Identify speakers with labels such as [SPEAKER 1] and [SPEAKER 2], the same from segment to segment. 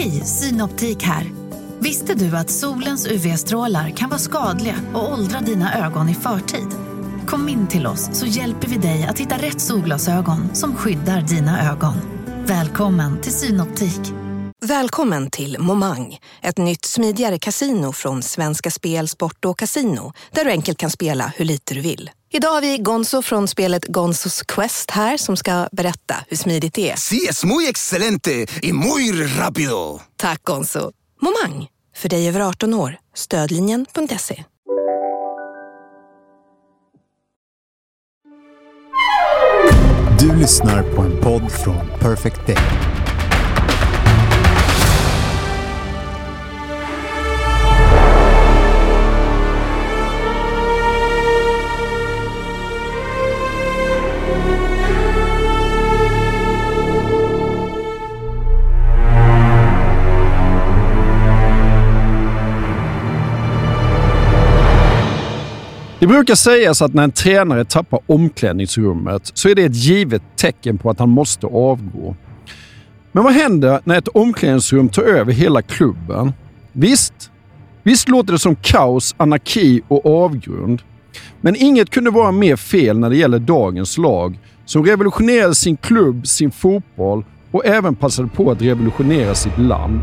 [SPEAKER 1] Hej, Synoptik här. Visste du att solens UV-strålar kan vara skadliga och åldra dina ögon i förtid? Kom in till oss så hjälper vi dig att hitta rätt solglasögon som skyddar dina ögon. Välkommen till Synoptik.
[SPEAKER 2] Välkommen till Momang, ett nytt smidigare kasino från Svenska Spel, Sport och Casino, där du enkelt kan spela hur lite du vill. Idag har vi Gonzo från spelet Gonzos Quest här som ska berätta hur smidigt det är.
[SPEAKER 3] Sí, es muy excelente y muy rápido.
[SPEAKER 2] Tack Gonzo. Momang, för dig över 18 år. Stödlinjen.se.
[SPEAKER 4] Du lyssnar på en podd från Perfect Day.
[SPEAKER 5] Det brukar sägas att när en tränare tappar omklädningsrummet så är det ett givet tecken på att han måste avgå. Men vad händer när ett omklädningsrum tar över hela klubben? Visst låter det som kaos, anarki och avgrund. Men inget kunde vara mer fel när det gäller dagens lag som revolutionerade sin klubb, sin fotboll och även passade på att revolutionera sitt land.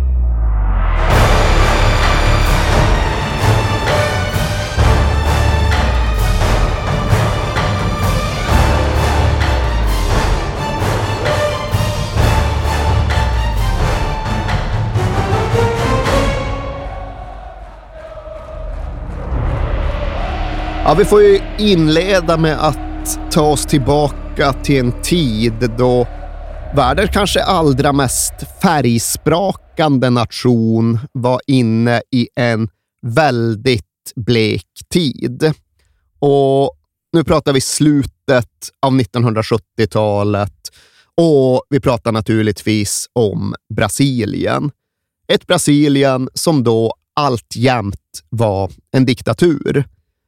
[SPEAKER 6] Ja, vi får ju inleda med att ta oss tillbaka till en tid då världens kanske allra mest färgsprakande nation var inne i en väldigt blek tid. Och nu pratar vi slutet av 1970-talet och vi pratar naturligtvis om Brasilien. Ett Brasilien som då alltjämt var en diktatur.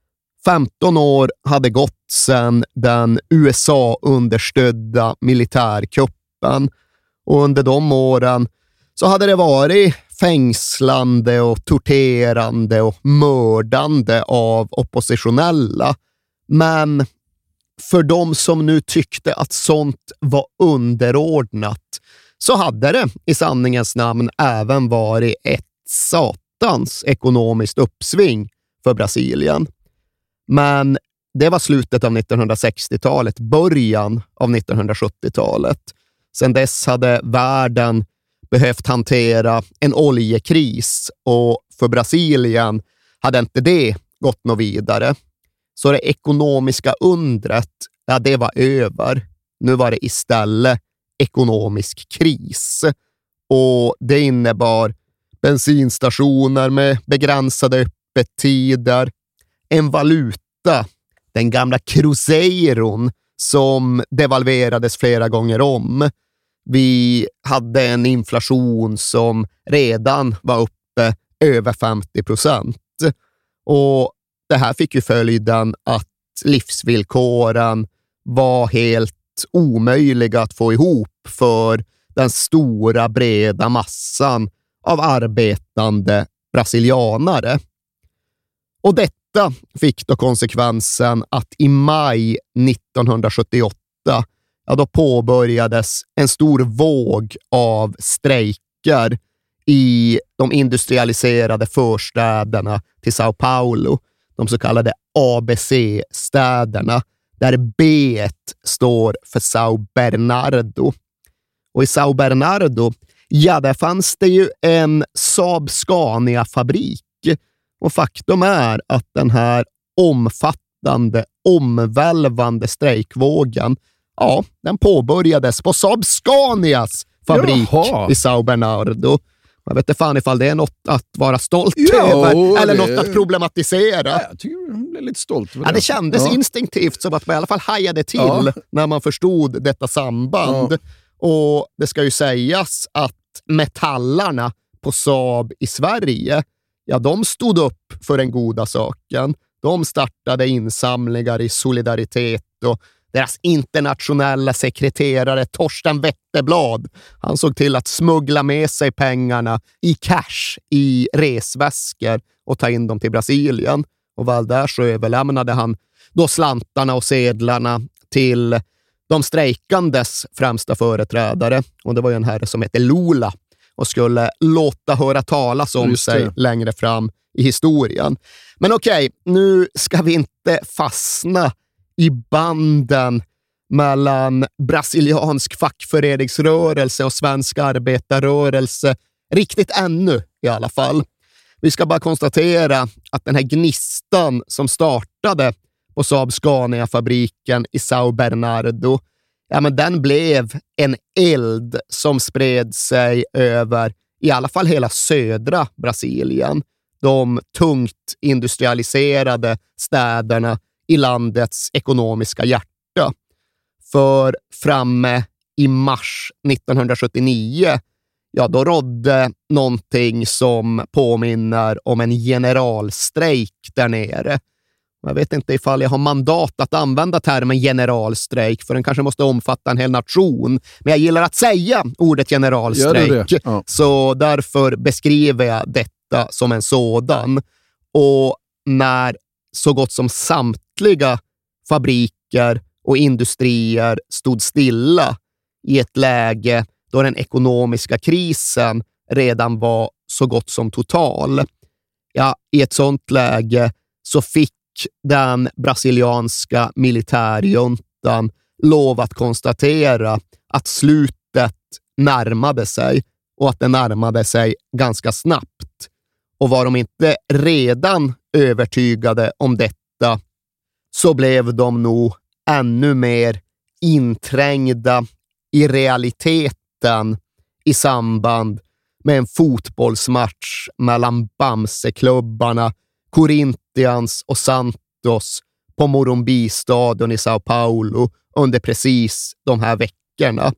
[SPEAKER 6] 15 år hade gått sedan den USA-understödda militärkuppen och under de åren så hade det varit fängslande och torterande och mördande av oppositionella. Men för de som nu tyckte att sånt var underordnat så hade det i sanningens namn även varit ett satans ekonomiskt uppsving för Brasilien. Men det var slutet av 1960-talet, början av 1970-talet. Sedan dess hade världen behövt hantera en oljekris och för Brasilien hade inte det gått något vidare. Så det ekonomiska undret, ja, det var över. Nu var det istället ekonomisk kris. Och det innebar bensinstationer med begränsade öppettider, en valuta, den gamla cruzeiron som devalverades flera gånger om. Vi hade en inflation som redan var uppe över 50%. Och det här fick ju följden att livsvillkoren var helt omöjliga att få ihop för den stora breda massan av arbetande brasilianare. Och detta fick då konsekvensen att i maj 1978 då påbörjades en stor våg av strejker i de industrialiserade förstäderna till Sao Paulo, de så kallade ABC-städerna, där B står för Sao Bernardo. Och i Sao Bernardo, ja, där fanns det ju en Saab Scania-fabrik. Och faktum är att den här omfattande, omvälvande strejkvågen, ja, den påbörjades på Saab Scanias fabrik i Sao Bernardo. Jag vet inte fan ifall det är något att vara stolt över eller något att problematisera.
[SPEAKER 5] Ja, jag tycker jag blev lite stolt över det.
[SPEAKER 6] Det kändes instinktivt som att man i alla fall hajade till när man förstod detta samband. Ja. Och det ska ju sägas att metallarna på Saab i Sverige, ja, de stod upp för den goda saken. De startade insamlingar i solidaritet och Deras internationella sekreterare Torsten Wetterblad, han såg till att smuggla med sig pengarna i cash i resväskor och ta in dem till Brasilien. Och väl där så överlämnade han då slantarna och sedlarna till de strejkandes främsta företrädare. Och det var ju en herre som hette Lula och skulle låta höra talas om sig längre fram i historien. Men okej, nu ska vi inte fastna i banden mellan brasiliansk fackföreningsrörelse och svensk arbetarrörelse riktigt ännu i alla fall. Vi ska bara konstatera att den här gnistan som startade på Saab Scania-fabriken i São Bernardo, ja, men den blev en eld som spred sig över i alla fall hela södra Brasilien. De tungt industrialiserade städerna i landets ekonomiska hjärta. För framme i mars 1979, ja, då rådde någonting som påminner om en generalstrejk där nere. Jag vet inte ifall jag har mandat att använda termen generalstrejk, för den kanske måste omfatta en hel nation. Men jag gillar att säga ordet generalstrejk. Ja. Så därför beskriver jag detta som en sådan. Och när så gott som samtliga fabriker och industrier stod stilla i ett läge då den ekonomiska krisen redan var så gott som total. Ja, i ett sånt läge så fick den brasilianska militärjuntan lov att konstatera att slutet närmade sig och att det närmade sig ganska snabbt. Och var de inte redan övertygade om detta, så blev de nog ännu mer inträngda i realiteten i samband med en fotbollsmatch mellan Bamseklubbarna Corinthians och Santos på Morumbi-stadion i São Paulo under precis de här veckorna.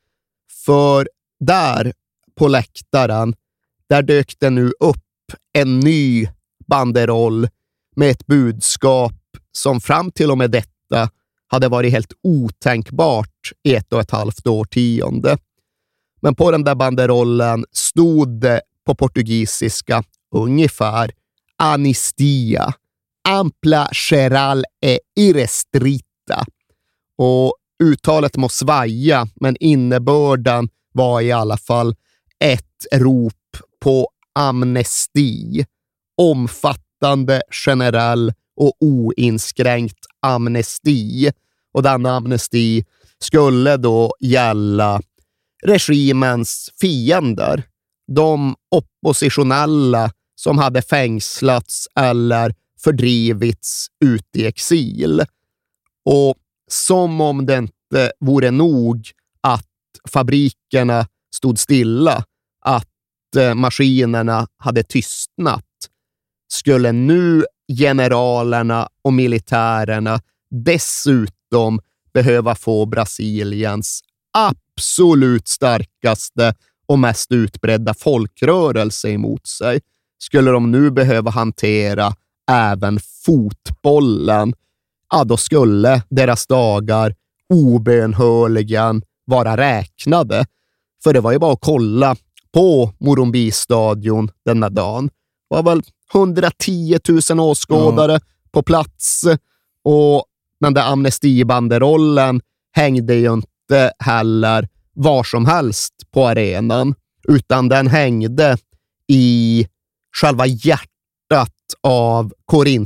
[SPEAKER 6] För där på läktaren, där dök det nu upp en ny banderoll med ett budskap som fram till och med detta hade varit helt otänkbart i 1,5 årtionde. Men på den där banderollen stod det på portugisiska ungefär Anistia, ampla, geral e irrestrita. Och uttalet må svaja, men innebörden var i alla fall ett rop på amnesti. Omfattande, generell och oinskränkt amnesti. Och denna amnesti skulle då gälla regimens fiender. De oppositionella som hade fängslats eller fördrivits ut i exil. Och som om det inte vore nog att fabrikerna stod stilla, att maskinerna hade tystnat, skulle nu generalerna och militärerna dessutom behöva få Brasiliens absolut starkaste och mest utbredda folkrörelse emot sig. Skulle de nu behöva hantera även fotbollen, ja, då skulle deras dagar obönhörligen vara räknade. För det var ju bara att kolla på Morumbi-stadion denna dagen. Det var väl 110 000 åskådare på plats, och den där amnestibanderollen hängde ju inte heller var som helst på arenan, utan den hängde i själva hjärtat av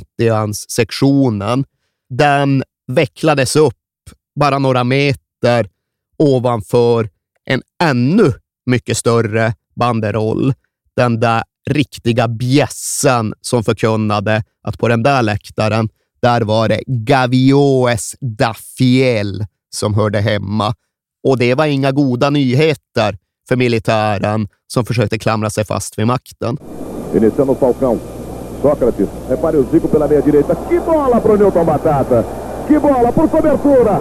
[SPEAKER 6] Corinthians-sektionen. Den vecklades upp bara några meter ovanför en ännu mycket större banderoll. Den där riktiga bjässen som förkunnade att på den där läktaren, där var det Gaviões da Fiel som hörde hemma. Och det var inga goda nyheter för militären som försökte klamra sig fast vid makten.
[SPEAKER 7] Iniciando Falcão. Sócrates, repare o Zico pela meia direita. Que bola pro Newton Batata. Que bola por cobertura.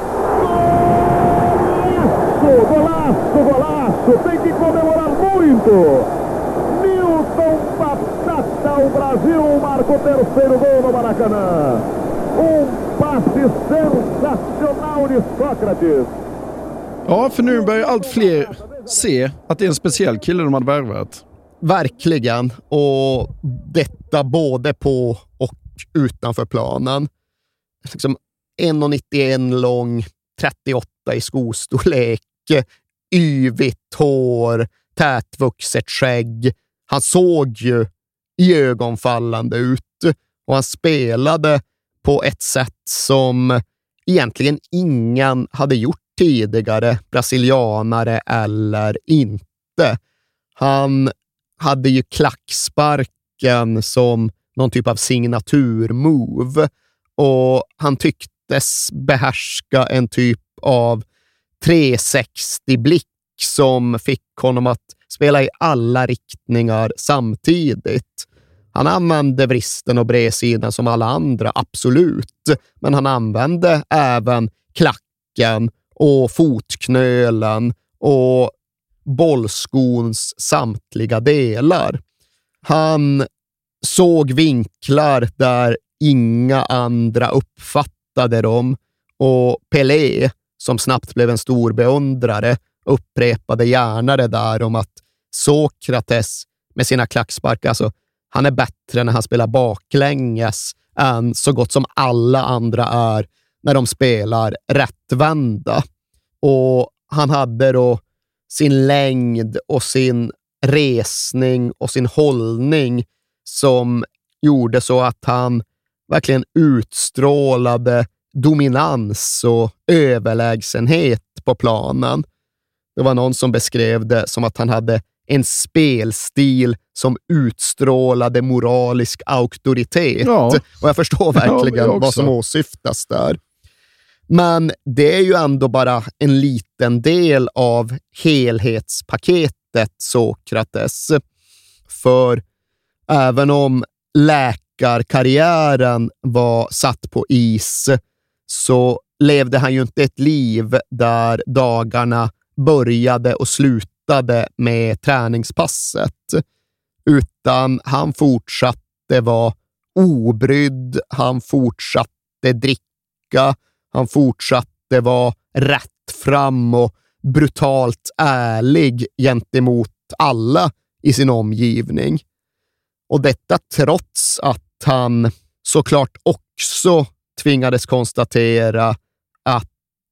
[SPEAKER 7] Golaço, golaço, golaço. Tem que comemorar muito. Newton Batata, o Brasil marca o terceiro gol no Maracanã. passe sensacional de Sócrates.
[SPEAKER 5] Ja, för nu börjar allt fler se att det är en speciell kille de hade värvat.
[SPEAKER 6] Verkligen. Och detta både på och utanför planen. Liksom 1,91 lång, 38 i skostorlek, yvigt hår, tätvuxet skägg. Han såg ju iögonfallande ut och han spelade på ett sätt som egentligen ingen hade gjort tidigare, brasilianare eller inte. Han hade ju klacksparken som någon typ av signaturmove och han tycktes behärska en typ av 360-blick som fick honom att spela i alla riktningar samtidigt. Han använde vristen och bredsidan som alla andra, absolut. Men han använde även klacken och fotknölen och bollskons samtliga delar. Han såg vinklar där inga andra uppfattade dem och Pelé, som snabbt blev en stor beundrare, upprepade gärna det där om att Sokrates med sina klacksparkar, alltså han är bättre när han spelar baklänges än så gott som alla andra är när de spelar rättvända. Och han hade då sin längd och sin resning och sin hållning som gjorde så att han verkligen utstrålade dominans och överlägsenhet på planen. Det var någon som beskrev det som att han hade en spelstil som utstrålade moralisk auktoritet. Ja. Och jag förstår verkligen vad som åsyftas där. Men det är ju ändå bara en liten del av helhetspaketet Sokrates. För även om läkarkarriären var satt på is så levde han ju inte ett liv där dagarna började och slutade med träningspasset, utan han fortsatte vara obrydd, han fortsatte dricka, han fortsatte vara rätt fram och brutalt ärlig gentemot alla i sin omgivning. Och detta trots att han såklart också tvingades konstatera att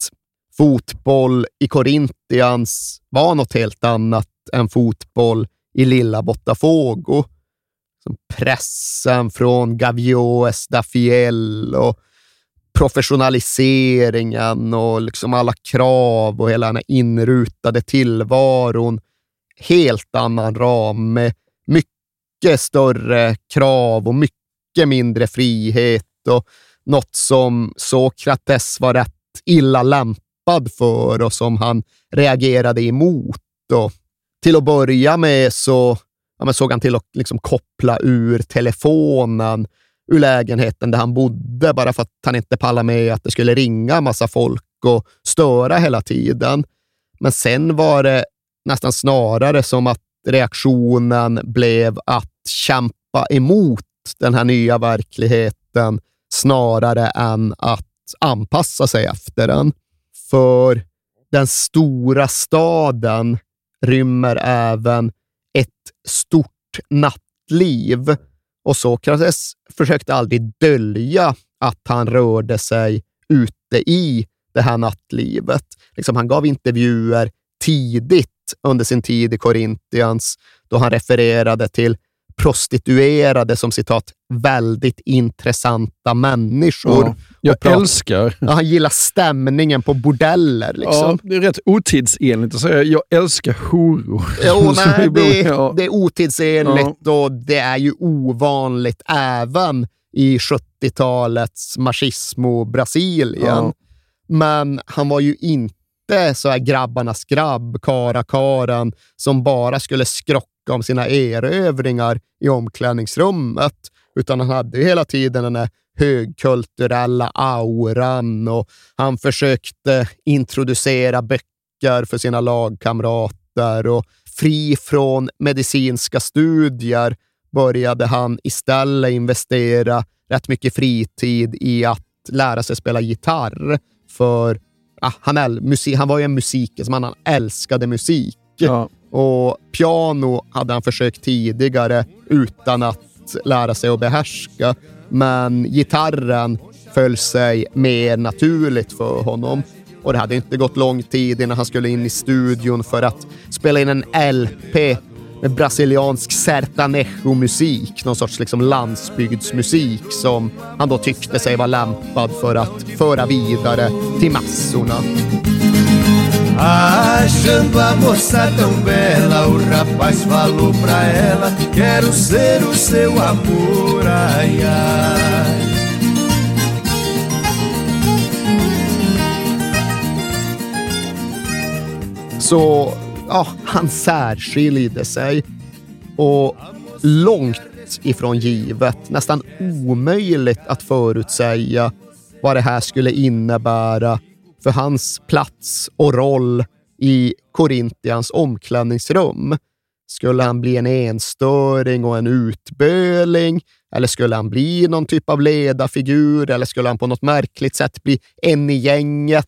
[SPEAKER 6] fotboll i Corinthians var något helt annat än fotboll i lilla Botafogo. Som pressen från Gavioes da Fiel och professionaliseringen och liksom alla krav och hela den här inrutade tillvaron. Helt annan ram med mycket större krav och mycket mindre frihet och något som Sokrates var rätt illa lämpad för och som han reagerade emot. Och till att börja med så såg han till att liksom koppla ur telefonen ur lägenheten där han bodde bara för att han inte pallade med att det skulle ringa massa folk och störa hela tiden. Men sen var det nästan snarare som att reaktionen blev att kämpa emot den här nya verkligheten snarare än att anpassa sig efter den. För den stora staden rymmer även ett stort nattliv och Sokrates försökte aldrig dölja att han rörde sig ute i det här nattlivet. Liksom han gav intervjuer tidigt under sin tid i Corinthians då han refererade till prostituerade som citat väldigt intressanta människor.
[SPEAKER 5] Ja, jag älskar.
[SPEAKER 6] Ja, han gillar stämningen på bordeller. Liksom.
[SPEAKER 5] Ja, det är rätt otidsenligt att säga jag älskar horor.
[SPEAKER 6] Jo, nej, det är otidsenligt och det är ju ovanligt även i 70-talets machismo Brasilien. Ja. Men han var ju inte så här grabbarnas grabb, karen som bara skulle skrocka om sina erövringar i omklädningsrummet, utan han hade ju hela tiden den här högkulturella auran och han försökte introducera böcker för sina lagkamrater och fri från medicinska studier började han istället investera rätt mycket fritid i att lära sig spela gitarr. För han var ju en musiker som han älskade musik.
[SPEAKER 5] Ja.
[SPEAKER 6] Och piano hade han försökt tidigare utan att lära sig att behärska. Men gitarren föll sig mer naturligt för honom. Och det hade inte gått lång tid innan han skulle in i studion för att spela in en LP med brasiliansk sertanejo-musik. Någon sorts liksom landsbygdsmusik som han då tyckte sig vara lämpad för att föra vidare till massorna.
[SPEAKER 8] Achando a moça tão bela, o rapaz falou pra ela: quero ser o seu amor, ai, ai.
[SPEAKER 6] Så han särskilde sig och långt ifrån givet, nästan omöjligt att förutsäga vad det här skulle innebära för hans plats och roll i Corinthians omklädningsrum. Skulle han bli en enstöring och en utböling? Eller skulle han bli någon typ av ledarfigur? Eller skulle han på något märkligt sätt bli en i gänget?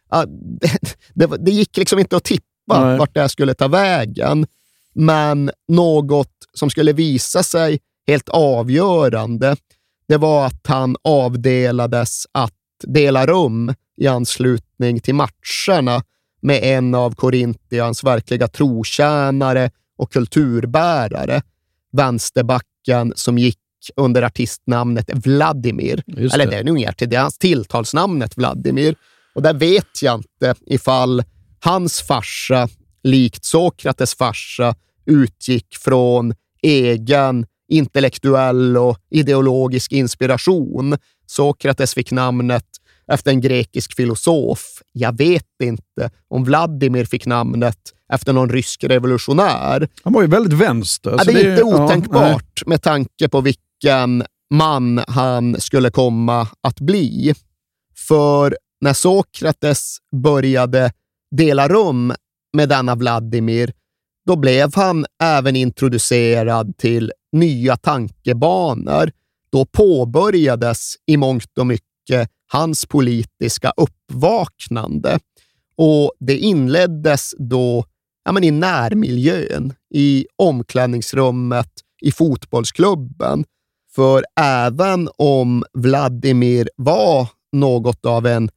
[SPEAKER 6] Det gick liksom inte att tippa vart det skulle ta vägen. Men något som skulle visa sig helt avgörande, det var att han avdelades att dela rum i anslutning till matcherna med en av Corinthians verkliga trotjänare och kulturbärare, vänsterbacken som gick under artistnamnet Vladimir. Eller det är nog mer till det, hans tilltalsnamnet Vladimir. Och där vet jag inte ifall hans farsa, likt Sokrates farsa, utgick från egen intellektuell och ideologisk inspiration. Sokrates fick namnet efter en grekisk filosof. Jag vet inte om Vladimir fick namnet efter någon rysk revolutionär.
[SPEAKER 5] Han var ju väldigt vänster.
[SPEAKER 6] Det är inte otänkbart med tanke på vilken man han skulle komma att bli. För när Sokrates började dela rum med denna Vladimir, då blev han även introducerad till nya tankebanor. Då påbörjades i mångt och mycket hans politiska uppvaknande. Och det inleddes då i närmiljön, i omklädningsrummet, i fotbollsklubben. För även om Vladimir var något av en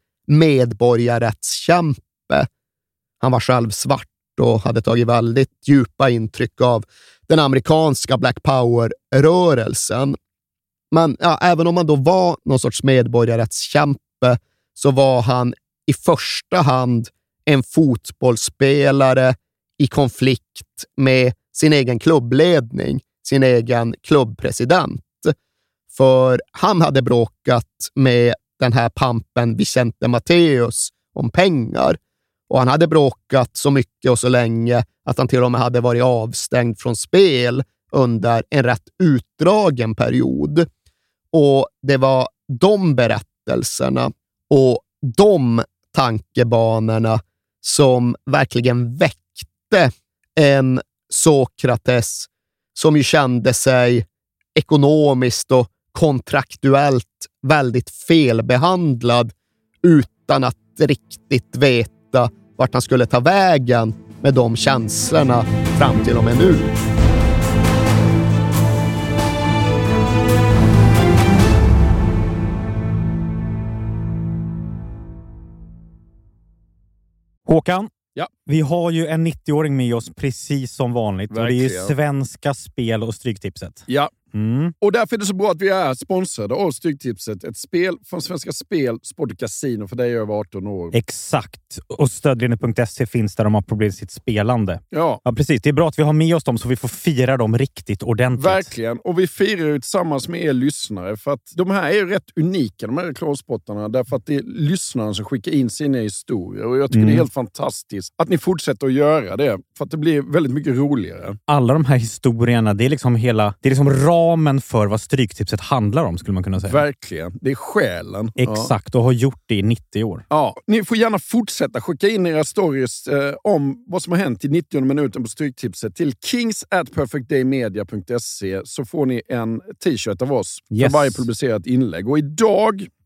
[SPEAKER 6] medborgarrättskämpe, han var själv svart och hade tagit väldigt djupa intryck av den amerikanska Black Power-rörelsen. Men även om han då var någon sorts medborgarrättskämpe, så var han i första hand en fotbollsspelare i konflikt med sin egen klubbledning, sin egen klubbpresident. För han hade bråkat med den här pampen Vicente Matteus om pengar. Och han hade bråkat så mycket och så länge att han till och med hade varit avstängd från spel under en rätt utdragen period. Och det var de berättelserna och de tankebanorna som verkligen väckte en Sokrates som ju kände sig ekonomiskt och kontraktuellt väldigt felbehandlad utan att riktigt veta vart han skulle ta vägen med de känslorna fram till och med nu.
[SPEAKER 9] Håkan,
[SPEAKER 5] ja.
[SPEAKER 9] Vi har ju en 90-åring med oss precis som vanligt.
[SPEAKER 5] Verkligen.
[SPEAKER 9] Och det är ju Svenska Spel- och Stryktipset.
[SPEAKER 5] Ja. Och därför är det så bra att vi är sponsrade av Stryktipset. Ett spel från Svenska Spel, Sport och Casino för dig över 18 år.
[SPEAKER 9] Exakt. Och stödlinje.se finns där de har problem med sitt spelande.
[SPEAKER 5] Ja,
[SPEAKER 9] precis. Det är bra att vi har med oss dem så vi får fira dem riktigt ordentligt.
[SPEAKER 5] Verkligen. Och vi firar ju tillsammans med er lyssnare. För att de här är ju rätt unika, de här reklamspottarna. Därför att det är lyssnarna som skickar in sina historier. Och jag tycker det är helt fantastiskt att ni fortsätter att göra det. För att det blir väldigt mycket roligare.
[SPEAKER 9] Alla de här historierna, det är liksom ramen för vad Stryktipset handlar om, skulle man kunna säga.
[SPEAKER 5] Verkligen. Det är själen.
[SPEAKER 9] Exakt, och har gjort det i 90 år.
[SPEAKER 5] Ja, ni får gärna fortsätta skicka in era stories om vad som har hänt i 90 minuten på Stryktipset till kings@perfectdaymedia.se så får ni en t-shirt av oss för varje publicerat inlägg. Och idag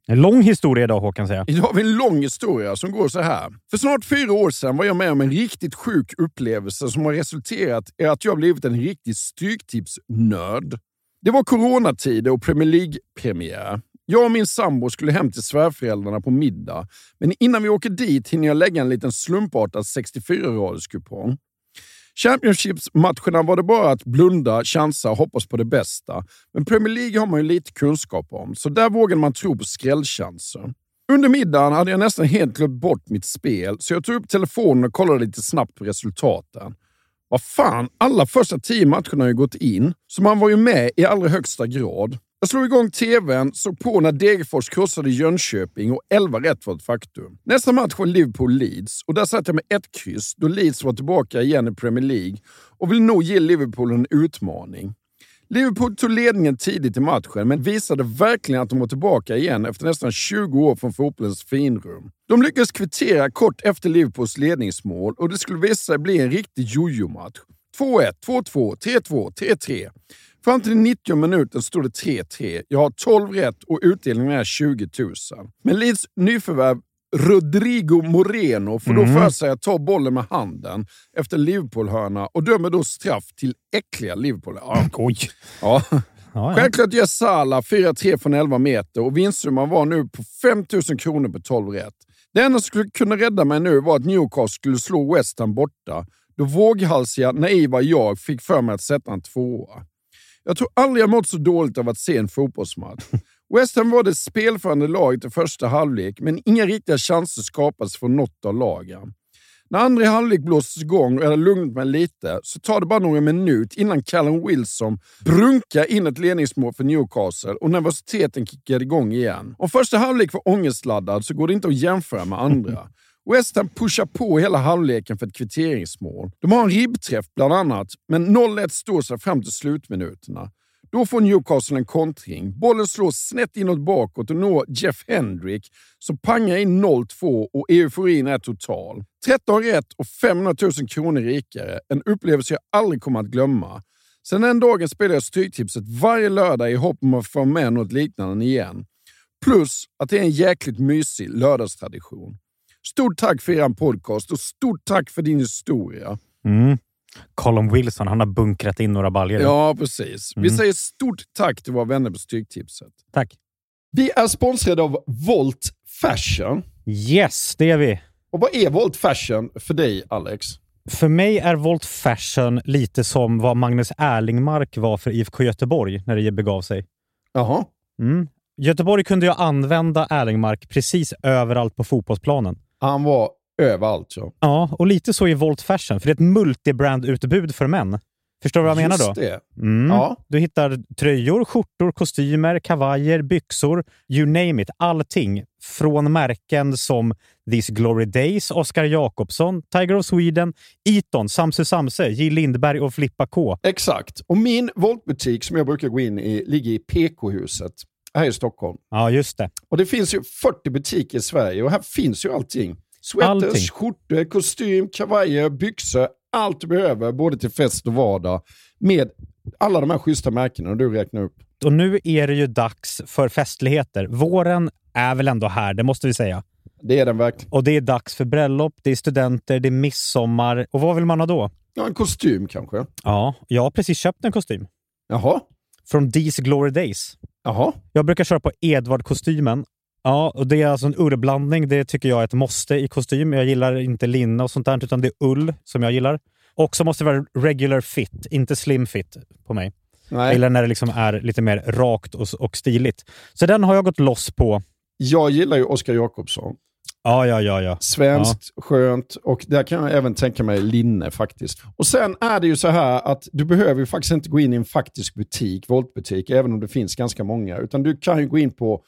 [SPEAKER 9] En lång historia idag, Håkan säger.
[SPEAKER 5] Idag har vi en lång historia som går så här. För snart 4 år sedan var jag med om en riktigt sjuk upplevelse som har resulterat i att jag blivit en riktig stryktipsnörd. Det var coronatider och Premier League-premiär. Jag och min sambo skulle hem till svärföräldrarna på middag. Men innan vi åker dit hinner jag lägga en liten slumpartad 64-raderskupong. Championships-matcherna var det bara att blunda, chansa och hoppas på det bästa. Men Premier League har man ju lite kunskap om, så där vågade man tro på skrällchanser. Under middagen hade jag nästan helt glömt bort mitt spel, så jag tog upp telefonen och kollade lite snabbt på resultaten. Vad fan, alla första 10 matcherna har ju gått in, så man var ju med i allra högsta grad. Jag slog igång tvn, såg på när Degerfors krossade Jönköping och 11 rätt var ett faktum. Nästa match var Liverpool-Leeds och där satt jag med 1 kryss då Leeds var tillbaka igen i Premier League och vill nog ge Liverpool en utmaning. Liverpool tog ledningen tidigt i matchen men visade verkligen att de var tillbaka igen efter nästan 20 år från fotbollens finrum. De lyckades kvittera kort efter Liverpools ledningsmål och det skulle visa sig bli en riktig jojo-match. 2-1, 2-2, 3-2, 3-3. Fram till 90 minuten stod det 3-3. Jag har 12 rätt och utdelningen är 20 000. Men Leeds nyförvärv Rodrigo Moreno får då för sig att ta bollen med handen efter Liverpool-hörna och dömer då straff till äckliga Liverpool.
[SPEAKER 9] Oj.
[SPEAKER 5] Ja. Självklart gör Salah 4-3 från 11 meter och vinstsumman var nu på 5 000 kronor på 12 rätt. Det enda som skulle kunna rädda mig nu var att Newcastle skulle slå West Ham borta. Då våghalsiga, naiva jag fick för mig att sätta en 2:a. Jag tror aldrig jag mått så dåligt av att se en fotbollsmatch. West Ham var det spelförande laget i första halvlek, men inga riktiga chanser skapades från något av lagen. När andra halvlek blåstes igång och jag hade lugnat mig lite så tar det bara några minuter innan Callum Wilson brunkar in ett ledningsmål för Newcastle och nervositeten kickade igång igen. Om första halvlek var ångestladdad så går det inte att jämföra med andra. West Ham pushar på hela halvleken för ett kvitteringsmål. De har en ribbträff bland annat, men 0-1 står sig fram till slutminuterna. Då får Newcastle en kontring. Bollen slås snett inåt bakåt och når Jeff Hendrick som pangar in 0-2 och euforin är total. 13 rätt och 500 000 kronor rikare. En upplevelse jag aldrig kommer att glömma. Sen den dagen spelar jag Stryktipset varje lördag i hopp om att få med något liknande igen. Plus att det är en jäkligt mysig lördagstradition. Stort tack för er podcast och stort tack för din historia.
[SPEAKER 9] Callum Wilson, han har bunkrat in några baljor.
[SPEAKER 5] Ja, precis. Vi säger stort tack till våra vänner på Stryktipset.
[SPEAKER 9] Tack.
[SPEAKER 5] Vi är sponsrade av Volt Fashion.
[SPEAKER 9] Yes, det är vi.
[SPEAKER 5] Och vad är Volt Fashion för dig, Alex?
[SPEAKER 9] För mig är Volt Fashion lite som vad Magnus Erlingmark var för IFK Göteborg när det begav sig.
[SPEAKER 5] Jaha.
[SPEAKER 9] Göteborg kunde ju använda Erlingmark precis överallt på fotbollsplanen.
[SPEAKER 5] Han var överallt, ja.
[SPEAKER 9] Ja, och lite så i Volt Fashion. För det är ett multibrand-utbud för män. Förstår du vad jag menar då?
[SPEAKER 5] Just det.
[SPEAKER 9] Ja. Du hittar tröjor, skjortor, kostymer, kavajer, byxor, you name it. Allting. Från märken som These Glory Days, Oscar Jakobsson, Tiger of Sweden, Eton, Samse Samse, J. Lindberg och Flippa K.
[SPEAKER 5] Exakt. Och min Voltbutik som jag brukar gå in i ligger i PK-huset här i Stockholm.
[SPEAKER 9] Ja, just det.
[SPEAKER 5] Och det finns ju 40 butiker i Sverige och här finns ju allting. Sweaters, skjortor, kostym, kavajer, byxor, allt du behöver både till fest och vardag med alla de här schyssta märkena du räknar upp.
[SPEAKER 9] Och nu är det ju dags för festligheter. Våren är väl ändå här, det måste vi säga.
[SPEAKER 5] Det är den verkligen.
[SPEAKER 9] Och det är dags för bröllop, det är studenter, det är midsommar. Och vad vill man ha då?
[SPEAKER 5] Ja, en kostym kanske.
[SPEAKER 9] Ja, jag har precis köpt en kostym.
[SPEAKER 5] Jaha.
[SPEAKER 9] Från These Glory Days.
[SPEAKER 5] Jaha. Jag
[SPEAKER 9] brukar köra på Edvard-kostymen. Ja, och det är alltså en ullblandning. Det tycker jag är ett måste i kostym. Jag gillar inte linne och sånt där, utan det är ull som jag gillar. Och så måste det vara regular fit, inte slim fit på mig.
[SPEAKER 5] Nej.
[SPEAKER 9] Eller när det liksom är lite mer rakt och stiligt. Så den har jag gått loss på.
[SPEAKER 5] Jag gillar ju Oscar Jakobsson.
[SPEAKER 9] Ja.
[SPEAKER 5] Svenskt, skönt och där kan jag även tänka mig linne faktiskt. Och sen är det ju så här att du behöver ju faktiskt inte gå in i en faktisk butik, Voltbutik, även om det finns ganska många. Utan du kan ju gå in på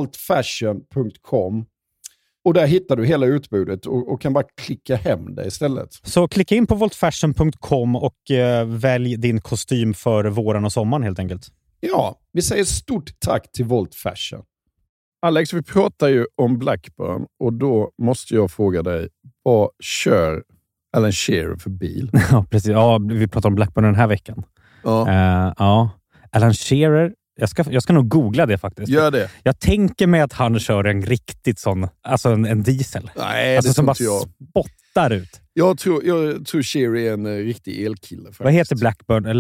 [SPEAKER 5] voltfashion.com och där hittar du hela utbudet och kan bara klicka hem det istället.
[SPEAKER 9] Så klicka in på voltfashion.com och välj din kostym för våren och sommaren helt enkelt.
[SPEAKER 5] Ja, vi säger stort tack till Volt Fashion. Alex, vi pratar ju om Blackburn och då måste jag fråga dig, vad kör Alan Shearer för bil?
[SPEAKER 9] Ja, precis. Ja, vi pratar om Blackburn den här veckan.
[SPEAKER 5] Ja.
[SPEAKER 9] Ja. Alan Shearer Jag ska nog googla det faktiskt.
[SPEAKER 5] Gör det.
[SPEAKER 9] Jag tänker mig att han kör en riktigt sån, alltså en diesel.
[SPEAKER 5] Nej,
[SPEAKER 9] alltså
[SPEAKER 5] det
[SPEAKER 9] som bara
[SPEAKER 5] tror jag.
[SPEAKER 9] spottar ut.
[SPEAKER 5] Jag tror Sherry är en riktig elkille. Faktiskt.
[SPEAKER 9] Vad heter Blackburn?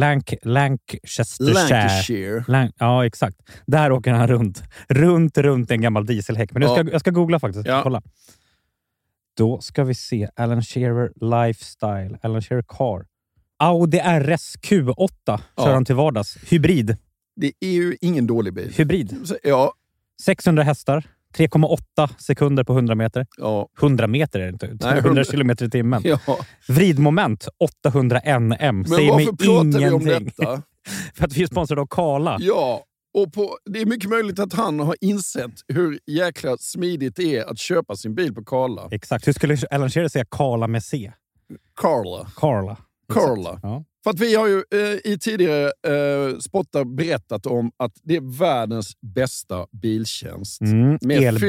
[SPEAKER 9] Lancashire. Ja, exakt. Där åker han runt en gammal dieselhäck. Men jag ska googla faktiskt. Ja. Kolla. Då ska vi se. Alan Shearer Lifestyle. Alan Shearer Car. Audi RS Q8 kör han till vardags. Hybrid.
[SPEAKER 5] Det är ju ingen dålig bil.
[SPEAKER 9] Hybrid.
[SPEAKER 5] Ja.
[SPEAKER 9] 600 hästar. 3,8 sekunder på 100 meter.
[SPEAKER 5] Ja.
[SPEAKER 9] 100 meter är det inte. 100 kilometer i timmen.
[SPEAKER 5] Ja.
[SPEAKER 9] Vridmoment 800 Nm.
[SPEAKER 5] Men varför pratar vi om detta?
[SPEAKER 9] För att vi är sponsrade av Kala.
[SPEAKER 5] Ja, och det är mycket möjligt att han har insett hur jäkla smidigt det är att köpa sin bil på Kala.
[SPEAKER 9] Exakt. Hur skulle Alan Shearer säga Kala med C?
[SPEAKER 5] Carla. Ja. För att vi har ju i tidigare spottar berättat om att det är världens bästa biltjänst. Med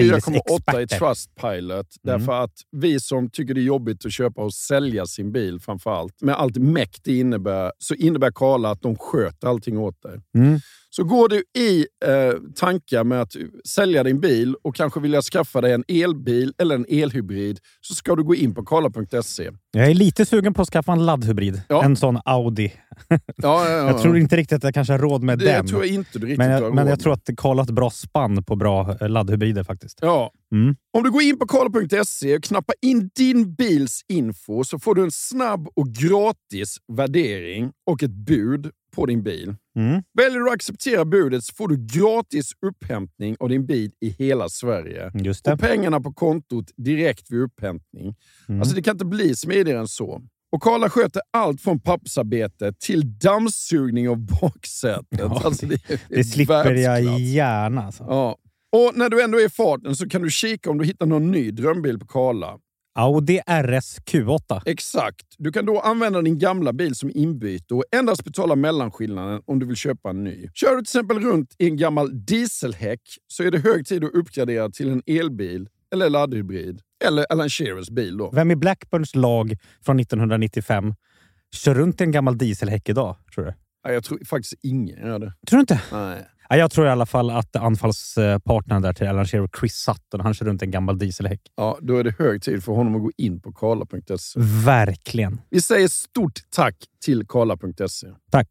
[SPEAKER 5] 4,8 i Trustpilot. Därför att vi som tycker det är jobbigt att köpa och sälja sin bil framförallt, med allt mäkt det innebär, så innebär Kala att de sköter allting åt dig. Så går du i tankar med att sälja din bil och kanske vilja skaffa dig en elbil eller en elhybrid, så ska du gå in på kala.se.
[SPEAKER 9] Jag är lite sugen på att skaffa en laddhybrid. Ja. En sån Audi.
[SPEAKER 5] Ja.
[SPEAKER 9] Jag tror inte riktigt att jag kanske har råd med den.
[SPEAKER 5] Jag tror inte du riktigt har råd.
[SPEAKER 9] Men jag tror att Kala har ett bra spann på bra laddhybrider faktiskt.
[SPEAKER 5] Ja. Om du går in på kala.se och knappar in din bils info, så får du en snabb och gratis värdering och ett bud på din bil. Väljer du att acceptera budet så får du gratis upphämtning av din bil i hela Sverige.
[SPEAKER 9] Just det.
[SPEAKER 5] Och pengarna på kontot direkt vid upphämtning. Alltså det kan inte bli smidigare än så. Och Kala sköter allt från pappersarbete till dammsugning av baksätet.
[SPEAKER 9] Ja,
[SPEAKER 5] alltså
[SPEAKER 9] det slipper jag gärna. Alltså.
[SPEAKER 5] Ja. Och när du ändå är i farten så kan du kika om du hittar någon ny drömbil på Kala.
[SPEAKER 9] Audi RS Q8.
[SPEAKER 5] Exakt. Du kan då använda din gamla bil som inbyte och endast betala mellanskillnaden om du vill köpa en ny. Kör du till exempel runt i en gammal dieselhäck så är det hög tid att uppgradera till en elbil eller laddhybrid. Eller Alan Shearers bil då.
[SPEAKER 9] Vem i Blackburns lag från 1995 kör runt i en gammal dieselhäck idag, tror du?
[SPEAKER 5] Ja, jag tror faktiskt ingen gör det.
[SPEAKER 9] Tror du inte?
[SPEAKER 5] Nej.
[SPEAKER 9] Ja, jag tror i alla fall att anfallspartnern där till Alan Shearer, Chris Sutton, han kör runt en gammal dieselhäck.
[SPEAKER 5] Ja, då är det hög tid för honom att gå in på kala.se.
[SPEAKER 9] Verkligen.
[SPEAKER 5] Vi säger stort tack till kala.se.
[SPEAKER 9] Tack.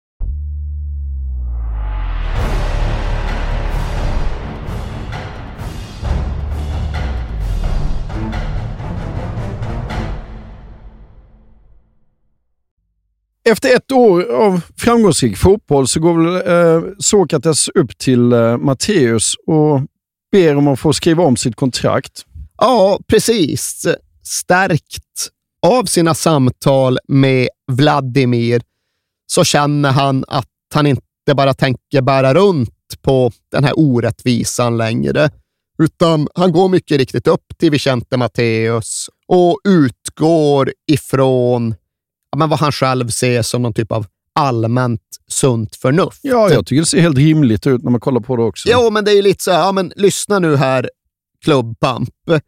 [SPEAKER 5] Efter ett år av framgångsrik fotboll så går väl Sokrates upp till Matteus och ber om att få skriva om sitt kontrakt.
[SPEAKER 6] Ja, precis. Stärkt av sina samtal med Vladimir så känner han att han inte bara tänker bära runt på den här orättvisan längre, utan han går mycket riktigt upp till Vicente Matteus och utgår ifrån vad han själv ser som någon typ av allmänt sunt förnuft.
[SPEAKER 5] Ja, jag tycker det ser helt rimligt ut när man kollar på det också.
[SPEAKER 6] Jo, men det är ju lite så här, men lyssna nu här, klubbpamp.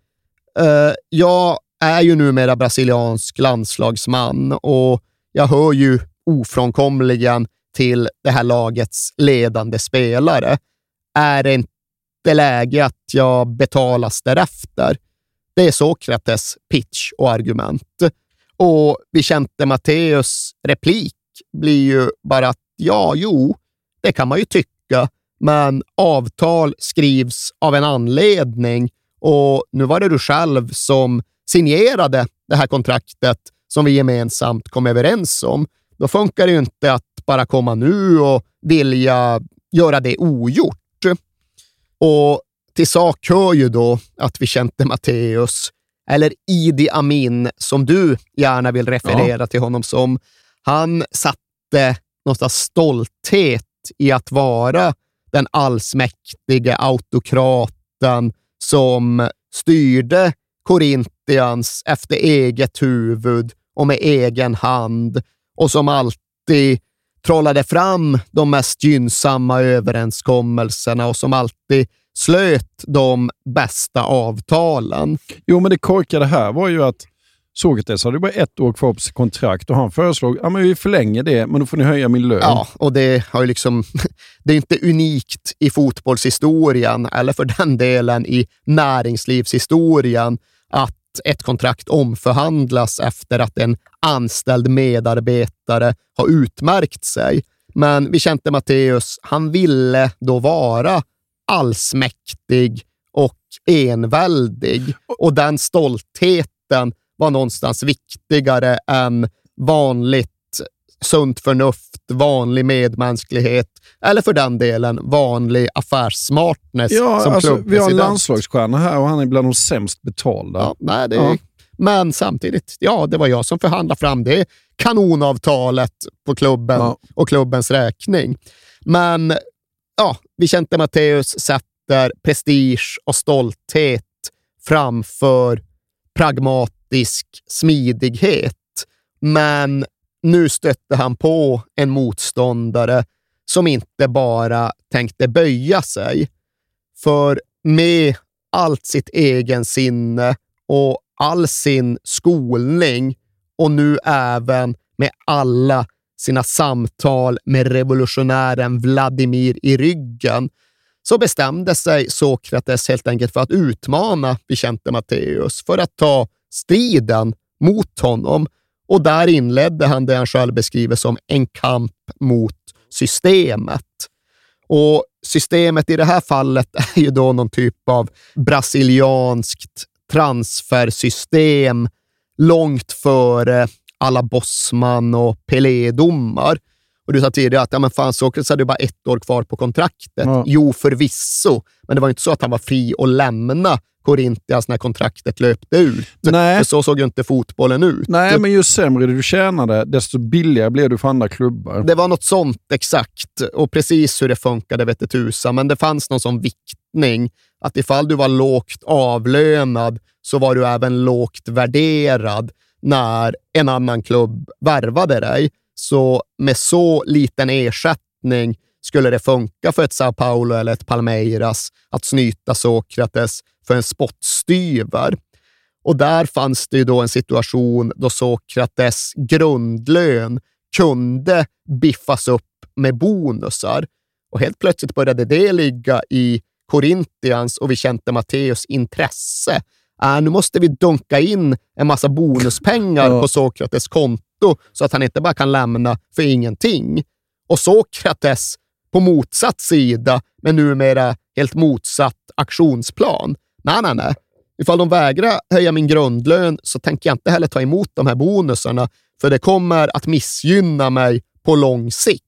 [SPEAKER 6] Jag är ju numera brasiliansk landslagsman och jag hör ju ofrånkomligen till det här lagets ledande spelare. Är det inte läge att jag betalas därefter? Det är Sokrates pitch och argument. Och Vicente Matteus replik blir ju bara att det kan man ju tycka, men avtal skrivs av en anledning och nu var det du själv som signerade det här kontraktet som vi gemensamt kom överens om. Då funkar det ju inte att bara komma nu och vilja göra det ogjort. Och till sak hör ju då att Vicente Matteus, eller Idi Amin som du gärna vill referera till honom som, han satte någonstans stolthet i att vara den allsmäktige autokraten som styrde Corinthians efter eget huvud och med egen hand och som alltid trollade fram de mest gynnsamma överenskommelserna och som alltid slöt de bästa avtalen.
[SPEAKER 5] Jo, men det korkade här var ju att Sokrates hade bara 1 år kvar på sitt kontrakt och han föreslog att vi förlänger det, men då får ni höja min lön.
[SPEAKER 6] Ja, och det har ju liksom, det är inte unikt i fotbollshistorien eller för den delen i näringslivshistorien att ett kontrakt omförhandlas efter att en anställd medarbetare har utmärkt sig. Men Vicente Matteus, han ville då vara allsmäktig och enväldig. Och den stoltheten var någonstans viktigare än vanligt sunt förnuft, vanlig medmänsklighet eller för den delen vanlig affärssmartness som klubbpresident.
[SPEAKER 5] Vi har en landslagsstjärna här och han är bland de sämst betalda.
[SPEAKER 6] Ja, men samtidigt, det var jag som förhandlade fram det kanonavtalet på klubben och klubbens räkning. Men Vicente Matteus sätter prestige och stolthet framför pragmatisk smidighet. Men nu stötte han på en motståndare som inte bara tänkte böja sig. För med allt sitt egen sinne och all sin skolning och nu även med alla sina samtal med revolutionären Vladimir i ryggen så bestämde sig Sokrates helt enkelt för att utmana Vicente Matteus för att ta striden mot honom. Och där inledde han det han själv beskriver som en kamp mot systemet. Och systemet i det här fallet är ju då någon typ av brasilianskt transfersystem långt före alla Bosman och Pelé-domar. Och du sa tidigare att Sokrates hade bara 1 år kvar på kontraktet. Jo, förvisso. Men det var inte så att han var fri att lämna Corinthians när kontraktet löpte ut.
[SPEAKER 5] Nej.
[SPEAKER 6] För så såg ju inte fotbollen ut.
[SPEAKER 5] Nej, men ju sämre du tjänade, desto billigare blev du för andra klubbar.
[SPEAKER 6] Det var något sånt exakt. Och precis hur det funkade vet jag tusan. Men det fanns någon sån viktning att ifall du var lågt avlönad så var du även lågt värderad när en annan klubb värvade dig. Så med så liten ersättning skulle det funka för ett Sao Paulo eller ett Palmeiras att snyta Sokrates för en spottstyver. Och där fanns det ju då en situation då Sokrates grundlön kunde biffas upp med bonusar. Och helt plötsligt började det ligga i Corinthians och Vicente Matteus intresse. Nu måste vi dunka in en massa bonuspengar på Sokrates konto så att han inte bara kan lämna för ingenting. Och Sokrates på motsatt sida, men numera helt motsatt aktionsplan. Nej. Ifall de vägrar höja min grundlön så tänker jag inte heller ta emot de här bonusarna för det kommer att missgynna mig på lång sikt.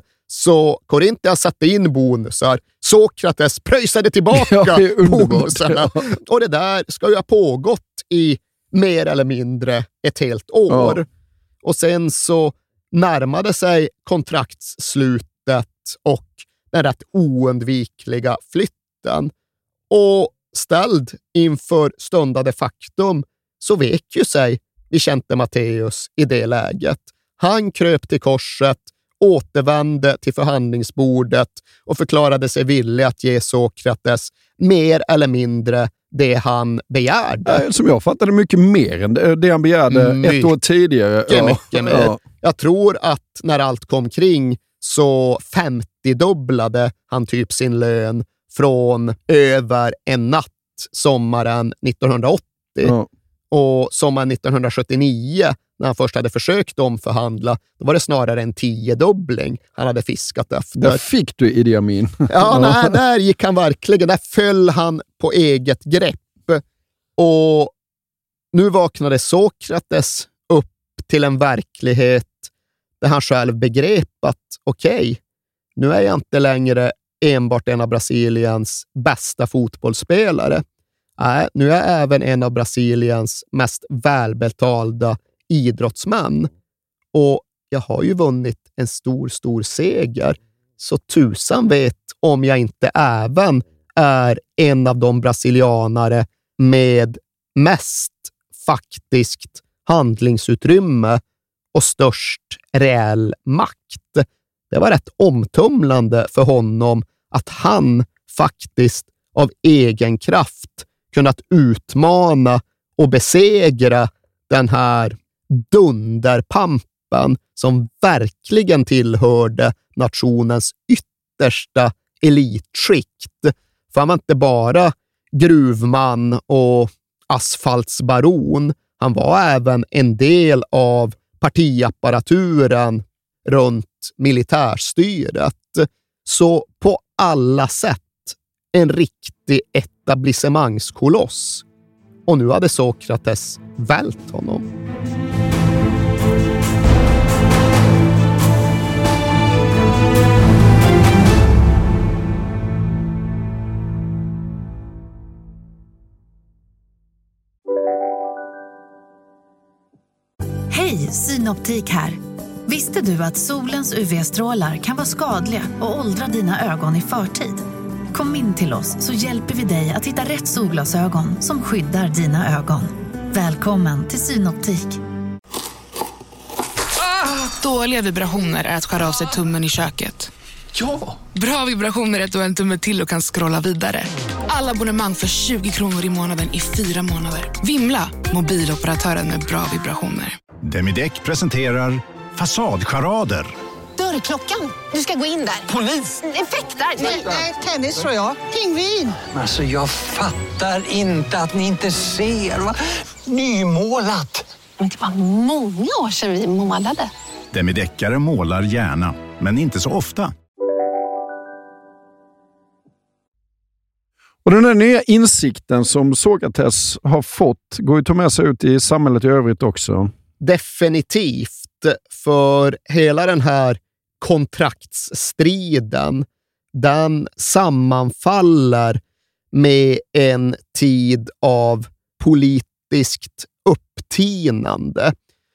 [SPEAKER 6] Så Corinthians satte in bonusar. Sokrates pröjsade tillbaka bonusarna. Och det där ska ju ha pågått i mer eller mindre ett helt år. Ja. Och sen så närmade sig kontraktsslutet och den rätt oundvikliga flytten. Och ställd inför stundade faktum så vek ju sig Vicente Matteus i det läget. Han kröp till korset, återvände till förhandlingsbordet och förklarade sig villig att ge Sokrates mer eller mindre det han begärde.
[SPEAKER 5] Som jag fattade mycket mer än det han begärde ett år tidigare.
[SPEAKER 6] Mycket mer. Ja. Jag tror att när allt kom kring så 50-dubblade han typ sin lön från över en natt sommaren 1980. Ja. Och sommaren 1979 när han först hade försökt omförhandla, då var det snarare en 10-dubbling han hade fiskat efter.
[SPEAKER 5] Där fick du Idi Amin.
[SPEAKER 6] Ja, där gick han verkligen. Där föll han på eget grepp. Och nu vaknade Sokrates upp till en verklighet där han själv begrep att okej, nu är jag inte längre enbart en av Brasiliens bästa fotbollsspelare. Nej, nu är jag även en av Brasiliens mest välbetalda idrottsmän. Och jag har ju vunnit en stor seger. Så tusan vet om jag inte även är en av de brasilianare med mest faktiskt handlingsutrymme och störst reell makt. Det var rätt omtumlande för honom att han faktiskt av egen kraft kunnat utmana och besegra den här dunderpampen som verkligen tillhörde nationens yttersta elitskikt. För han var inte bara gruvman och asfaltsbaron. Han var även en del av partiapparaturen runt militärstyret. Så på alla sätt en riktig etablissemangskoloss. Och nu hade Sokrates vält honom.
[SPEAKER 1] Hej, Synoptik här. Visste du att solens UV-strålar kan vara skadliga och åldra dina ögon i förtid? Kom in till oss så hjälper vi dig att hitta rätt solglasögon som skyddar dina ögon. Välkommen till Synoptik.
[SPEAKER 10] Dåliga vibrationer är att skära av sig tummen i köket.
[SPEAKER 3] Ja!
[SPEAKER 10] Bra vibrationer är att du har en tumme till och kan scrolla vidare. Alla abonnemang för 20 kronor i månaden i 4 månader. Vimla! Mobiloperatören med bra vibrationer.
[SPEAKER 11] Demideck presenterar Fasadcharader.
[SPEAKER 12] Dörrklockan. Du ska gå in där.
[SPEAKER 13] Polis?
[SPEAKER 12] Effektar?
[SPEAKER 13] Nej, tennis tror jag. Pingvin.
[SPEAKER 14] Alltså jag fattar inte att ni inte ser. Va? Nymålat.
[SPEAKER 12] Men det var många år sedan vi målade.
[SPEAKER 11] Demideckare målar gärna, men inte så ofta.
[SPEAKER 5] Och den där nya insikten som Sokrates har fått går ju att ta med sig ut i samhället i övrigt också.
[SPEAKER 6] Definitivt, för hela den här kontraktsstriden, den sammanfaller med en tid av politiskt upptinande.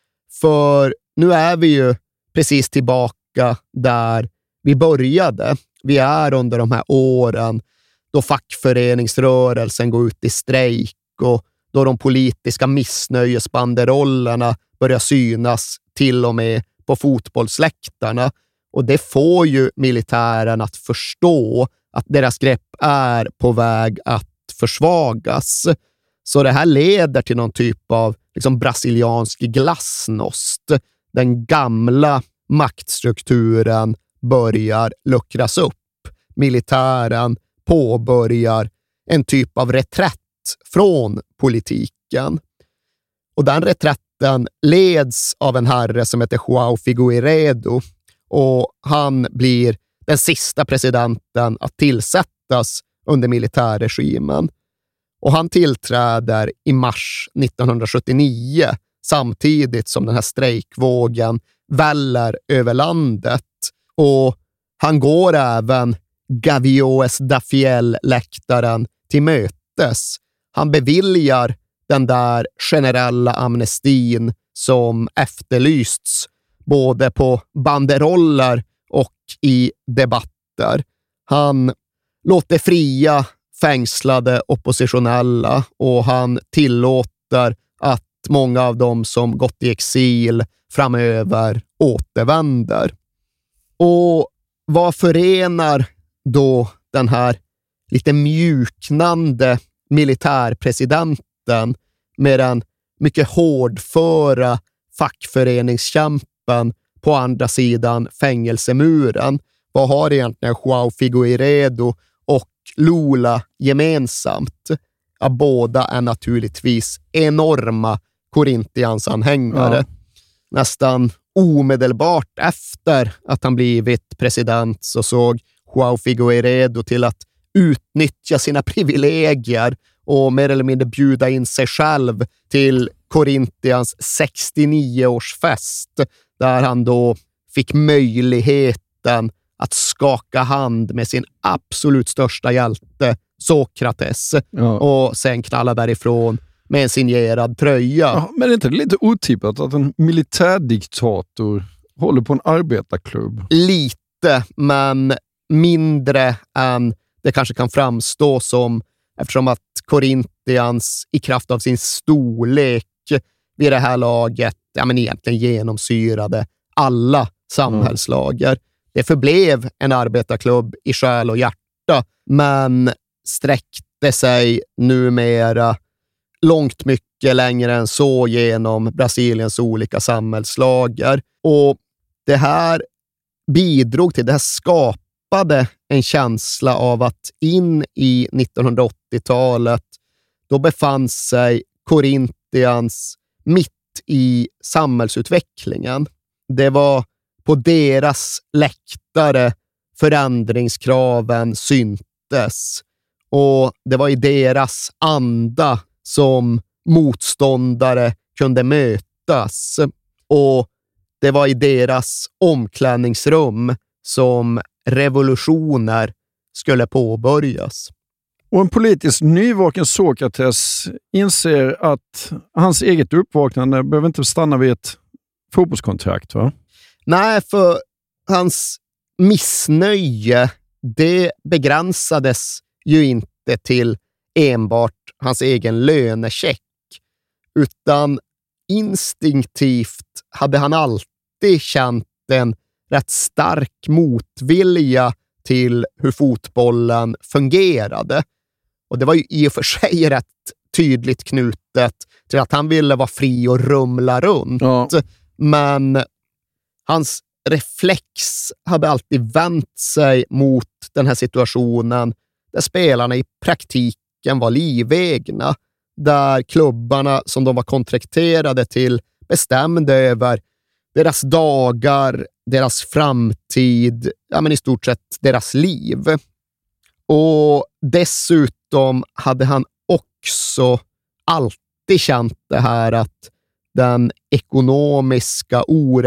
[SPEAKER 6] För nu är vi ju precis tillbaka där vi började. Vi är under de här åren då fackföreningsrörelsen går ut i strejk och då de politiska missnöjesbanderollerna börjar synas till och med på fotbollsläktarna. Och det får ju militären att förstå att deras grepp är på väg att försvagas. Så det här leder till någon typ av brasiliansk glasnost. Den gamla maktstrukturen börjar luckras upp. Militären påbörjar en typ av reträtt från politiken. Och den reträtten leds av en herre som heter João Figueiredo, och han blir den sista presidenten att tillsättas under militärregimen. Och han tillträder i mars 1979 samtidigt som den här strejkvågen väller över landet. Och han går även Gaviões da Fiel-läktaren till mötes. Han beviljar den där generella amnestin som efterlysts både på banderoller och i debatter. Han låter fria fängslade oppositionella och han tillåter att många av dem som gått i exil framöver återvänder. Och vad förenar då den här lite mjuknande militärpresidenten med den mycket hårdföra fackföreningskämpen på andra sidan fängelsemuren? Vad har egentligen João Figueiredo och Lula gemensamt? Ja, båda är naturligtvis enorma Corinthians-anhängare. Ja. Nästan omedelbart efter att han blivit president så såg João Figueiredo till att utnyttja sina privilegier och mer eller mindre bjuda in sig själv till Corinthians 69-årsfest, där han då fick möjligheten att skaka hand med sin absolut största hjälte, Sokrates, och sen knalla därifrån med en signerad tröja.
[SPEAKER 5] Ja, men är inte det lite otippat att en militärdiktator håller på en arbetarklubb?
[SPEAKER 6] Lite, men mindre än det kanske kan framstå som, eftersom att Corinthians i kraft av sin storlek vid det här laget egentligen genomsyrade alla samhällslager. Det förblev en arbetarklubb i själ och hjärta, men sträckte sig numera långt mycket längre än så genom Brasiliens olika samhällslager. Och det här bidrog till, det här skapade en känsla av att in i 1980-talet, då befann sig Corinthians mitt i samhällsutvecklingen. Det var på deras läktare förändringskraven syntes. Och det var i deras anda som motståndare kunde mötas. Och det var i deras omklädningsrum som revolutioner skulle påbörjas.
[SPEAKER 5] Och en politiskt nyvaken Sokrates inser att hans eget uppvaknande behöver inte stanna vid ett fotbollskontrakt, va?
[SPEAKER 6] Nej, för hans missnöje, det begränsades ju inte till enbart hans egen lönecheck, utan instinktivt hade han alltid känt en rätt stark motvilja till hur fotbollen fungerade. Och det var ju i och för sig rätt tydligt knutet till att han ville vara fri och rumla runt. Ja. Men hans reflex hade alltid vänt sig mot den här situationen där spelarna i praktiken var livegna. Där klubbarna som de var kontrakterade till bestämde över deras dagar, deras framtid, ja men i stort sett deras liv. Och dessutom hade han också alltid känt det här att den ekonomiska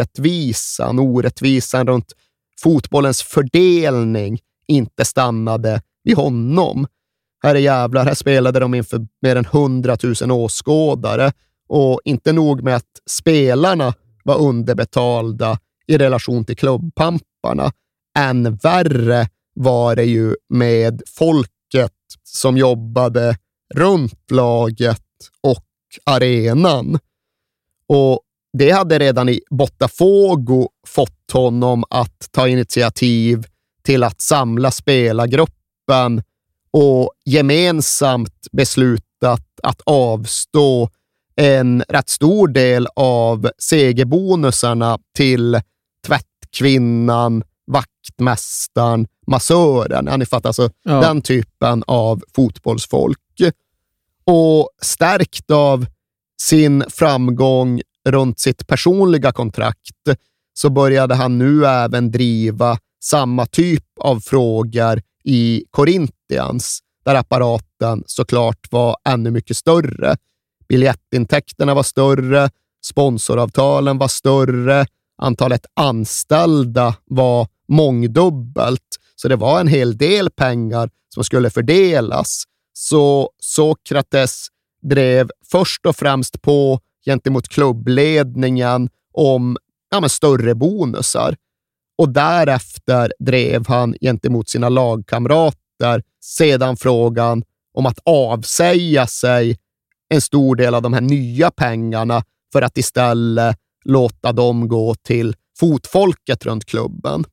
[SPEAKER 6] orättvisan runt fotbollens fördelning inte stannade vid honom. Här är jävlar, här spelade de inför mer än 100 000 åskådare och inte nog med att spelarna var underbetalda i relation till klubbpamparna. Än värre var det ju med folket som jobbade runt laget och arenan. Och det hade redan i Botafogo fått honom att ta initiativ till att samla spelargruppen och gemensamt beslutat att avstå en rätt stor del av segerbonusarna till tvättkvinnan, vaktmästaren, massören. Ni fattar alltså den typen av fotbollsfolk. Och stärkt av sin framgång runt sitt personliga kontrakt så började han nu även driva samma typ av frågor i Corinthians, där apparaten såklart var ännu mycket större. Biljettintäkterna var större, sponsoravtalen var större, antalet anställda var mångdubbelt, så det var en hel del pengar som skulle fördelas. Så Sokrates drev först och främst på gentemot klubbledningen om större bonusar. Och därefter drev han gentemot sina lagkamrater sedan frågan om att avsäga sig en stor del av de här nya pengarna för att istället låta dem gå till fotfolket runt klubben.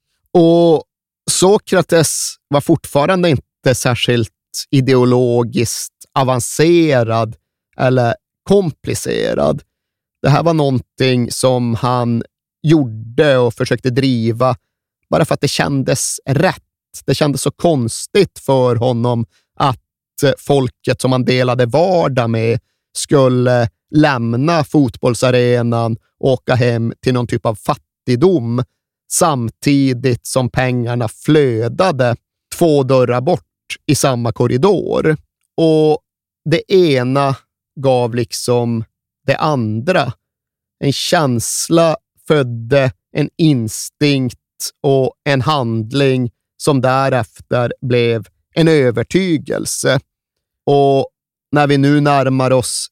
[SPEAKER 6] Och Sokrates var fortfarande inte särskilt ideologiskt avancerad eller komplicerad. Det här var någonting som han gjorde och försökte driva bara för att det kändes rätt. Det kändes så konstigt för honom att folket som han delade vardag med skulle lämna fotbollsarenan och åka hem till någon typ av fattigdom samtidigt som pengarna flödade 2 dörrar bort i samma korridor. Och det ena gav liksom det andra. En känsla födde en instinkt och en handling som därefter blev en övertygelse. Och när vi nu närmar oss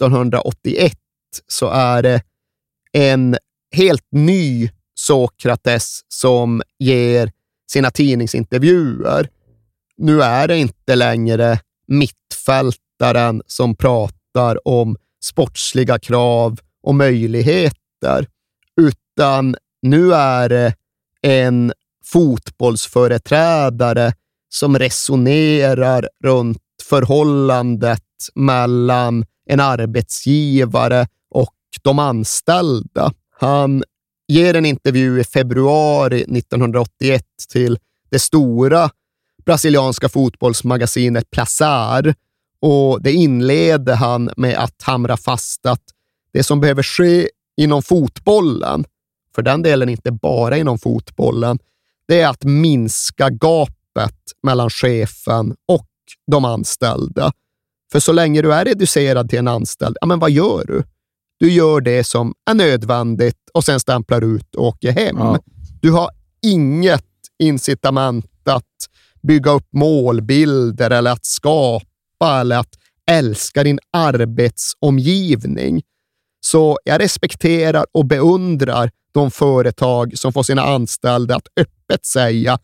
[SPEAKER 6] 1981 så är det en helt ny Sokrates som ger sina tidningsintervjuer. Nu är det inte längre mittfältaren som pratar om sportsliga krav och möjligheter, utan nu är det en fotbollsföreträdare som resonerar runt förhållandet mellan en arbetsgivare och de anställda. Han ger en intervju i februari 1981 till det stora brasilianska fotbollsmagasinet Placar, och det inleder han med att hamra fast att det som behöver ske inom fotbollen, för den delen inte bara inom fotbollen, det är att minska gapet mellan chefen och de anställda. För så länge du är reducerad till en anställd, ja, men vad gör du? Du gör det som är nödvändigt och sen stämplar ut och åker hem. Ja. Du har inget incitament att bygga upp målbilder eller att skapa eller att älska din arbetsomgivning. Så jag respekterar och beundrar de företag som får sina anställda att öppet säga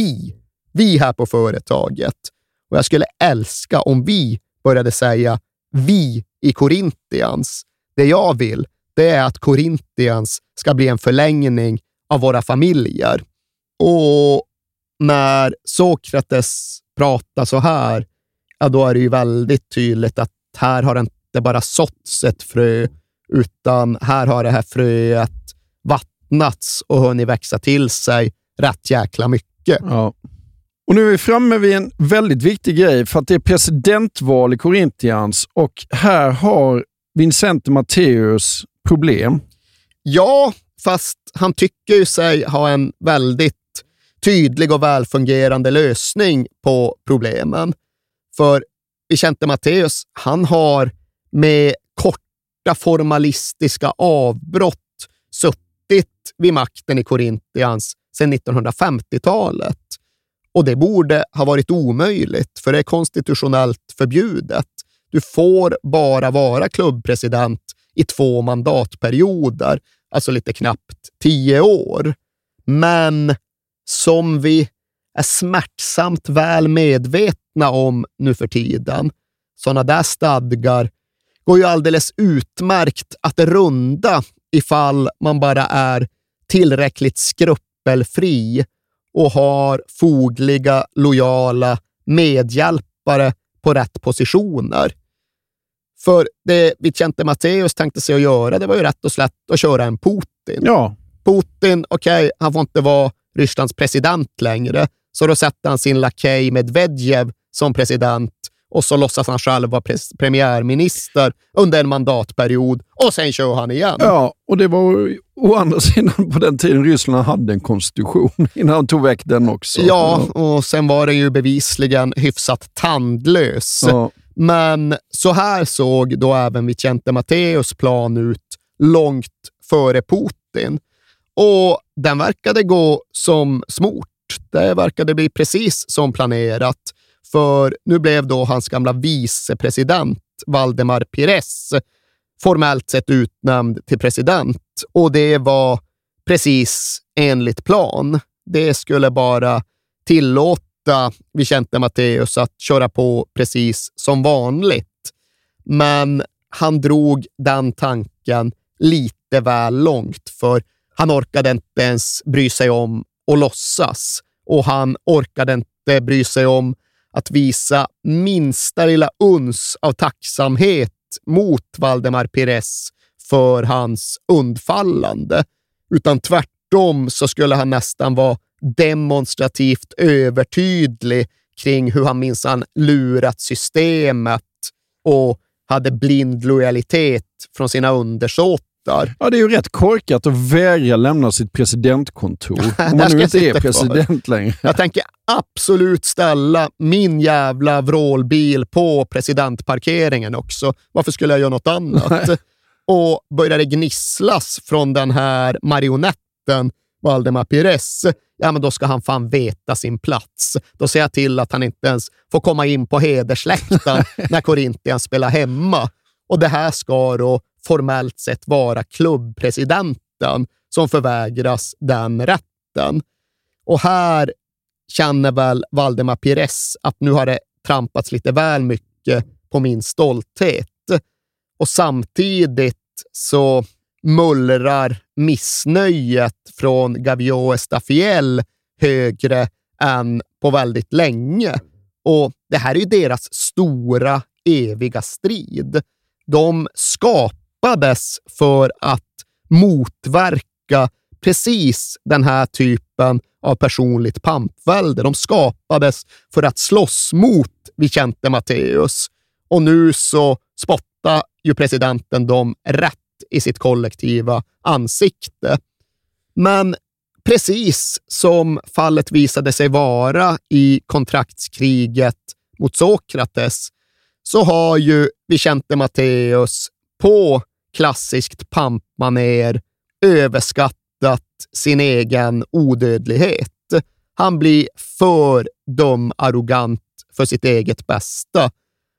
[SPEAKER 6] vi här på företaget. Och jag skulle älska om vi började säga vi i Corinthians. Det jag vill, det är att Corinthians ska bli en förlängning av våra familjer. Och när Sokrates pratar så här, ja, då är det ju väldigt tydligt att här har det inte bara såtts ett frö, utan här har det här fröet vattnats och hunnit växa till sig rätt jäkla mycket.
[SPEAKER 5] Ja. Och nu är vi framme vid en väldigt viktig grej, för att det är presidentval i Corinthians, och här har Vicente Matteus problem.
[SPEAKER 6] Ja, fast han tycker ju sig ha en väldigt tydlig och välfungerande lösning på problemen. För Vicente Matteus, han har med korta formalistiska avbrott suttit vid makten i Corinthians sedan 1950-talet. Och det borde ha varit omöjligt, för det är konstitutionellt förbjudet. Du får bara vara klubbpresident i 2 mandatperioder, alltså lite knappt 10 år. Men som vi är smärtsamt väl medvetna om nu för tiden, sådana där stadgar går ju alldeles utmärkt att runda ifall man bara är tillräckligt skrupelfri och har fogliga, lojala medhjälpare på rätt positioner. För det Vicente Matteus tänkte sig att göra, det var ju rätt och slätt att köra en Putin.
[SPEAKER 5] Ja.
[SPEAKER 6] Putin, okej, han får inte vara Rysslands president längre, så då sätter han sin lakej Medvedev som president och så låtsas han själv vara premiärminister under en mandatperiod och sen kör han igen.
[SPEAKER 5] Ja, och det var å andra sidan på den tiden Ryssland hade en konstitution innan han tog väck den också.
[SPEAKER 6] Ja, och sen var den ju bevisligen hyfsat tandlös. Ja. Men så här såg då även Vicente Matteus plan ut långt före Putin. Och den verkade gå som smort. Det verkade bli precis som planerat. För nu blev då hans gamla vicepresident Valdemar Pires formellt sett utnämnd till president. Och det var precis enligt plan. Det skulle bara tillåta Vicente Matteus att köra på precis som vanligt. Men han drog den tanken lite väl långt, för han orkade inte ens bry sig om att låtsas. Och han orkade inte bry sig om att visa minsta lilla uns av tacksamhet mot Valdemar Pires för hans undfallande. Utan tvärtom så skulle han nästan vara demonstrativt övertydlig kring hur han minsann lurat systemet och hade blind lojalitet från sina undersåtar.
[SPEAKER 5] Ja, det är ju rätt korkat att vägra lämna sitt presidentkontor om man nu inte är president längre.
[SPEAKER 6] Jag tänker absolut ställa min jävla vrålbil på presidentparkeringen också. Varför skulle jag göra något annat? Och börjar det gnisslas från den här marionetten Valdemar Pires, ja men då ska han fan veta sin plats. Då ser jag till att han inte ens får komma in på hedersläktaren när Corinthians spelar hemma. Och det här ska då formellt sett vara klubbpresidenten som förvägras den rätten. Och här känner väl Valdemar Pires att nu har det trampats lite väl mycket på min stolthet. Och samtidigt så mullrar missnöjet från Gavio Estafiel högre än på väldigt länge. Och det här är ju deras stora eviga strid. De skapades för att motverka precis den här typen av personligt pampvälde. De skapades för att slåss mot Vicente Matteus. Och nu så spottar ju presidenten dem rätt i sitt kollektiva ansikte. Men precis som fallet visade sig vara i kontraktskriget mot Sokrates så har ju Vicente Matteus på klassiskt pampmaner överskattat sin egen odödlighet. Han blir för arrogant för sitt eget bästa.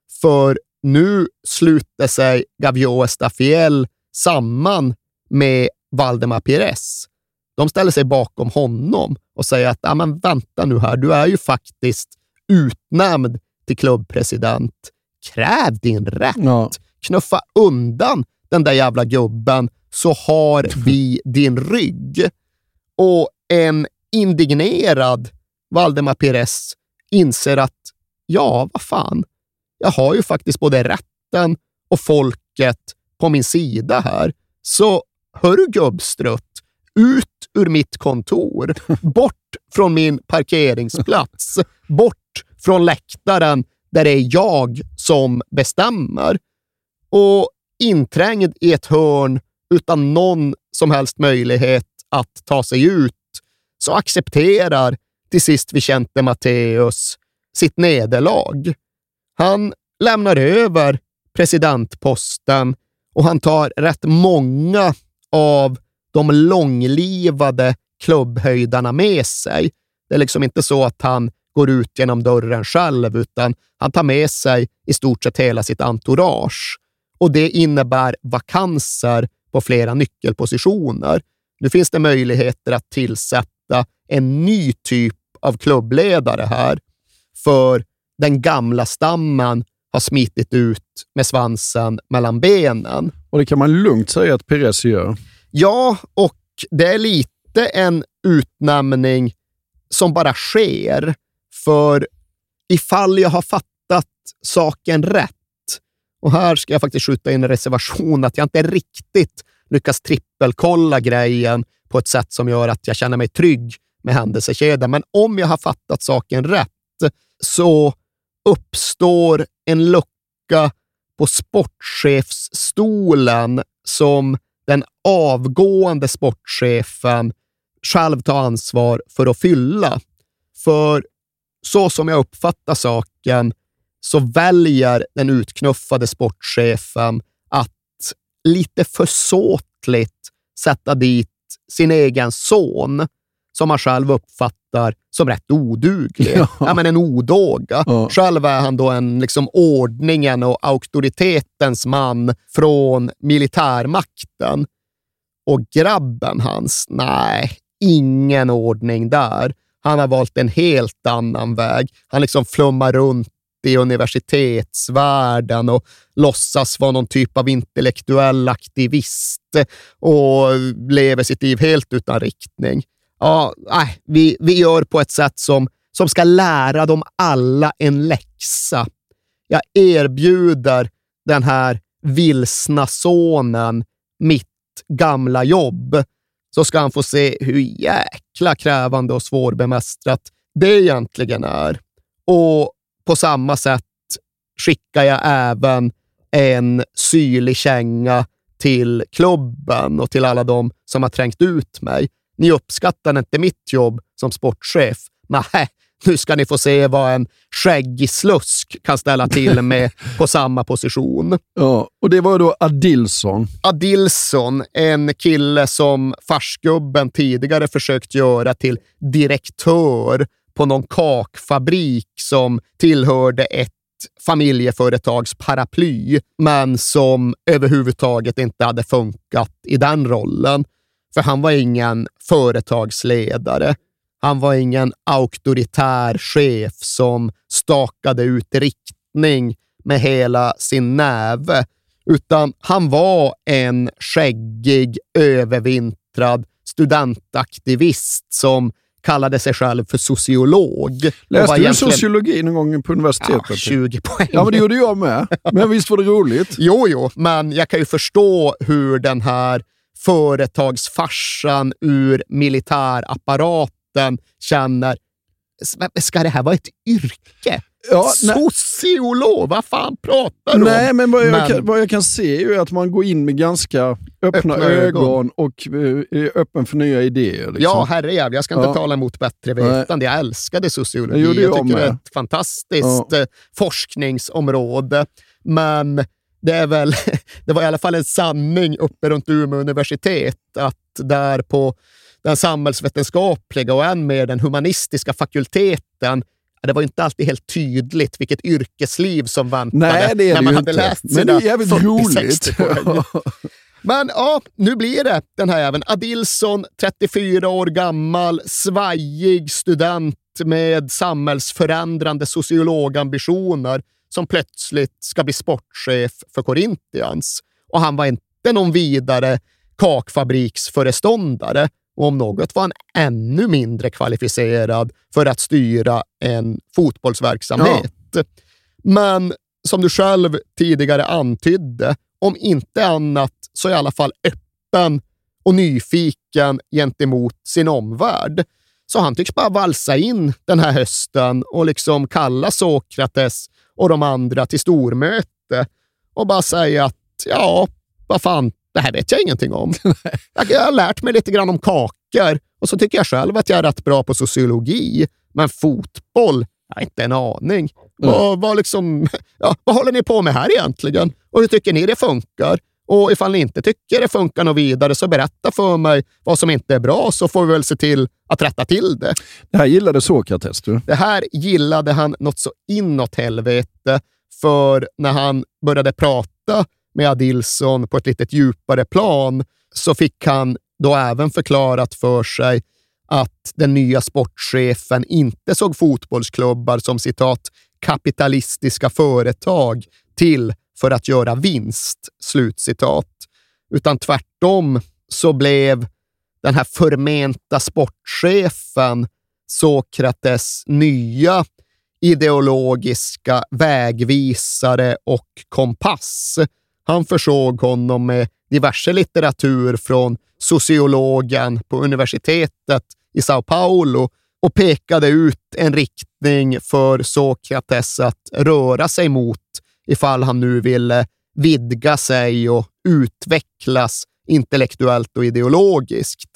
[SPEAKER 6] För nu sluter sig Gavio Estafiel samman med Valdemar Pires. De ställer sig bakom honom och säger att men vänta nu här, du är ju faktiskt utnämnd till klubbpresident. Kräv din rätt. Ja. Knuffa undan den där jävla gubben så har vi din rygg. Och en indignerad Valdemar Pires inser att vad fan, jag har ju faktiskt både rätten och folket på min sida här. Så hör du gubbstrutt, ut ur mitt kontor, bort från min parkeringsplats, bort från läktaren där det är jag som bestämmer. Och inträngd i ett hörn utan någon som helst möjlighet att ta sig ut så accepterar till sist Vicente Matteus sitt nederlag. Han lämnar över presidentposten och han tar rätt många av de långlivade klubbhöjdarna med sig. Det är liksom inte så att han går ut genom dörren själv, utan han tar med sig i stort sett hela sitt entourage. Och det innebär vakanser på flera nyckelpositioner. Nu finns det möjligheter att tillsätta en ny typ av klubbledare här, för den gamla stammen har smitit ut med svansen mellan benen.
[SPEAKER 5] Och det kan man lugnt säga att Pires gör.
[SPEAKER 6] Ja, och det är lite en utnämning som bara sker. För ifall jag har fattat saken rätt, och här ska jag faktiskt skjuta in en reservation att jag inte riktigt lyckas trippelkolla grejen på ett sätt som gör att jag känner mig trygg med händelsekedjan. Men om jag har fattat saken rätt så uppstår en lucka på sportchefsstolen som den avgående sportchefen själv tar ansvar för att fylla. För så som jag uppfattar saken så väljer den utknuffade sportchefen att lite försåtligt sätta dit sin egen son som han själv uppfattar som rätt oduglig. Ja. Men en odåga. Ja. Själv är han då en liksom ordningen och auktoritetens man från militärmakten. Och grabben hans, nej, ingen ordning där. Han har valt en helt annan väg. Han liksom flummar runt i universitetsvärlden och låtsas vara någon typ av intellektuell aktivist och lever sitt liv helt utan riktning. Ja, vi gör på ett sätt som ska lära dem alla en läxa. Jag erbjuder den här vilsna sonen mitt gamla jobb, så ska han få se hur jäkla krävande och svårbemästrat det egentligen är. Och på samma sätt skickar jag även en syrlig känga till klubben och till alla de som har trängt ut mig. Ni uppskattar inte mitt jobb som sportchef. Nej, nu ska ni få se vad en skäggig slusk kan ställa till med på samma position.
[SPEAKER 5] Ja, och det var då Adilson.
[SPEAKER 6] Adilson, en kille som farsgubben tidigare försökt göra till direktör på någon kakfabrik som tillhörde ett familjeföretags paraply, men som överhuvudtaget inte hade funkat i den rollen. För han var ingen företagsledare. Han var ingen auktoritär chef som stakade ut riktning med hela sin näve, utan han var en skäggig, övervintrad studentaktivist som kallade sig själv för sociolog.
[SPEAKER 5] Läste du sociologi någon gång på universitetet?
[SPEAKER 6] Ja, 20 poäng.
[SPEAKER 5] Ja, men det gjorde jag med. Men visst var det roligt?
[SPEAKER 6] Jo, men jag kan ju förstå hur den här företagsfarsan ur militärapparaten känner, ska det här vara ett yrke? Ja, sociolog, vad fan pratar du om?
[SPEAKER 5] Nej, men vad jag kan se är ju att man går in med ganska öppna ögon och är öppen för nya idéer. Liksom.
[SPEAKER 6] Ja, herrejävlar, jag ska inte tala emot bättre vetande. Jag älskade sociologi. Jag tycker det är ett fantastiskt forskningsområde. Men det var i alla fall en sanning uppe runt Umeå universitet att där på den samhällsvetenskapliga och än mer den humanistiska fakulteten, det var inte alltid helt tydligt vilket yrkesliv som väntade.
[SPEAKER 5] Nej, det är
[SPEAKER 6] när man
[SPEAKER 5] det
[SPEAKER 6] hade
[SPEAKER 5] inte.
[SPEAKER 6] läst
[SPEAKER 5] Men det är jävligt roligt.
[SPEAKER 6] Men ja, nu blir det den här även. Adilson, 34 år gammal, svajig student med samhällsförändrande sociologambitioner som plötsligt ska bli sportchef för Corinthians. Och han var inte någon vidare kakfabriksföreståndare. Och om något var han ännu mindre kvalificerad för att styra en fotbollsverksamhet. Ja. Men som du själv tidigare antydde, om inte annat så i alla fall öppen och nyfiken gentemot sin omvärld. Så han tycks bara valsa in den här hösten och liksom kalla Sokrates och de andra till stormöte och bara säga att ja, vad fan, det här vet jag ingenting om. Jag har lärt mig lite grann om kakor och så tycker jag själv att jag är rätt bra på sociologi. Men fotboll, jag har inte en aning. Vad håller ni på med här egentligen? Och hur tycker ni det funkar? Och ifall ni inte tycker det funkar något vidare så berätta för mig vad som inte är bra så får vi väl se till att rätta till det.
[SPEAKER 5] Det här gillade Sokrates, du?
[SPEAKER 6] Det här gillade han något så inåt helvete, för när han började prata med Adilson på ett lite djupare plan så fick han då även förklarat för sig att den nya sportchefen inte såg fotbollsklubbar som citat kapitalistiska företag till för att göra vinst, slutcitat. Utan tvärtom så blev den här förmenta sportchefen Sokrates nya ideologiska vägvisare och kompass. Han försåg honom med diverse litteratur från sociologen på universitetet i Sao Paulo och pekade ut en riktning för Sokrates att röra sig mot ifall han nu ville vidga sig och utvecklas intellektuellt och ideologiskt.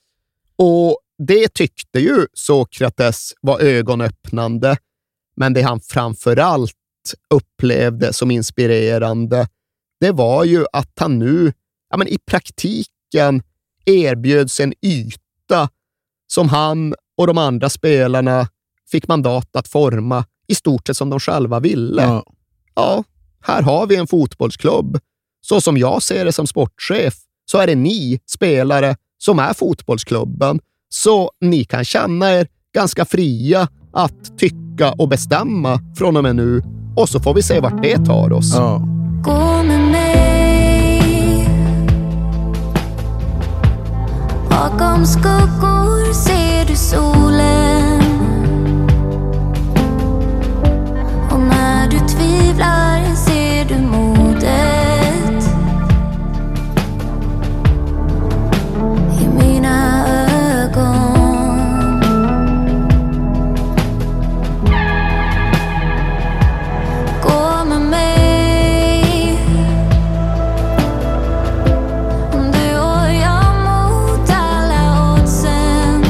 [SPEAKER 6] Och det tyckte ju Sokrates var ögonöppnande, men det han framförallt upplevde som inspirerande, det var ju att han nu i praktiken erbjöds en yta som han och de andra spelarna fick mandat att forma i stort sett som de själva ville. Ja, här har vi en fotbollsklubb. Så som jag ser det som sportchef så är det ni spelare som är fotbollsklubben. Så ni kan känna er ganska fria att tycka och bestämma från och med nu. Och så får vi se vart det tar oss.
[SPEAKER 8] Ja. Gå med mig. Bakom skuggor ser du solen. Och när du tvivlar ser du modet i mina ögon. Gå med mig. Du och jag mot alla oddsen.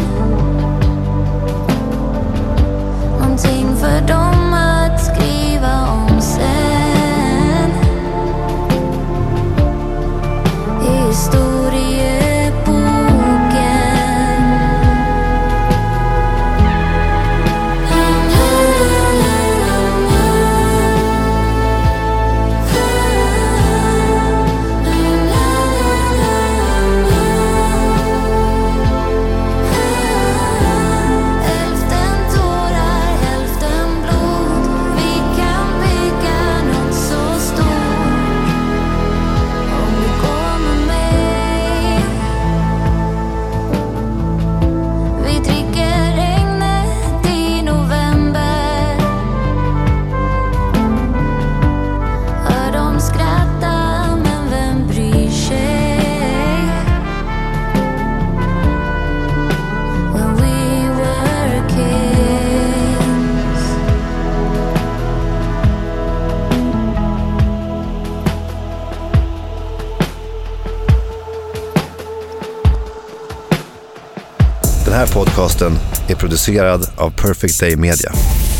[SPEAKER 8] Någonting för dem att skriva om sen. I historieboken. Hälften tårar, hälften blod.
[SPEAKER 15] podcasten är producerad av Perfect Day Media.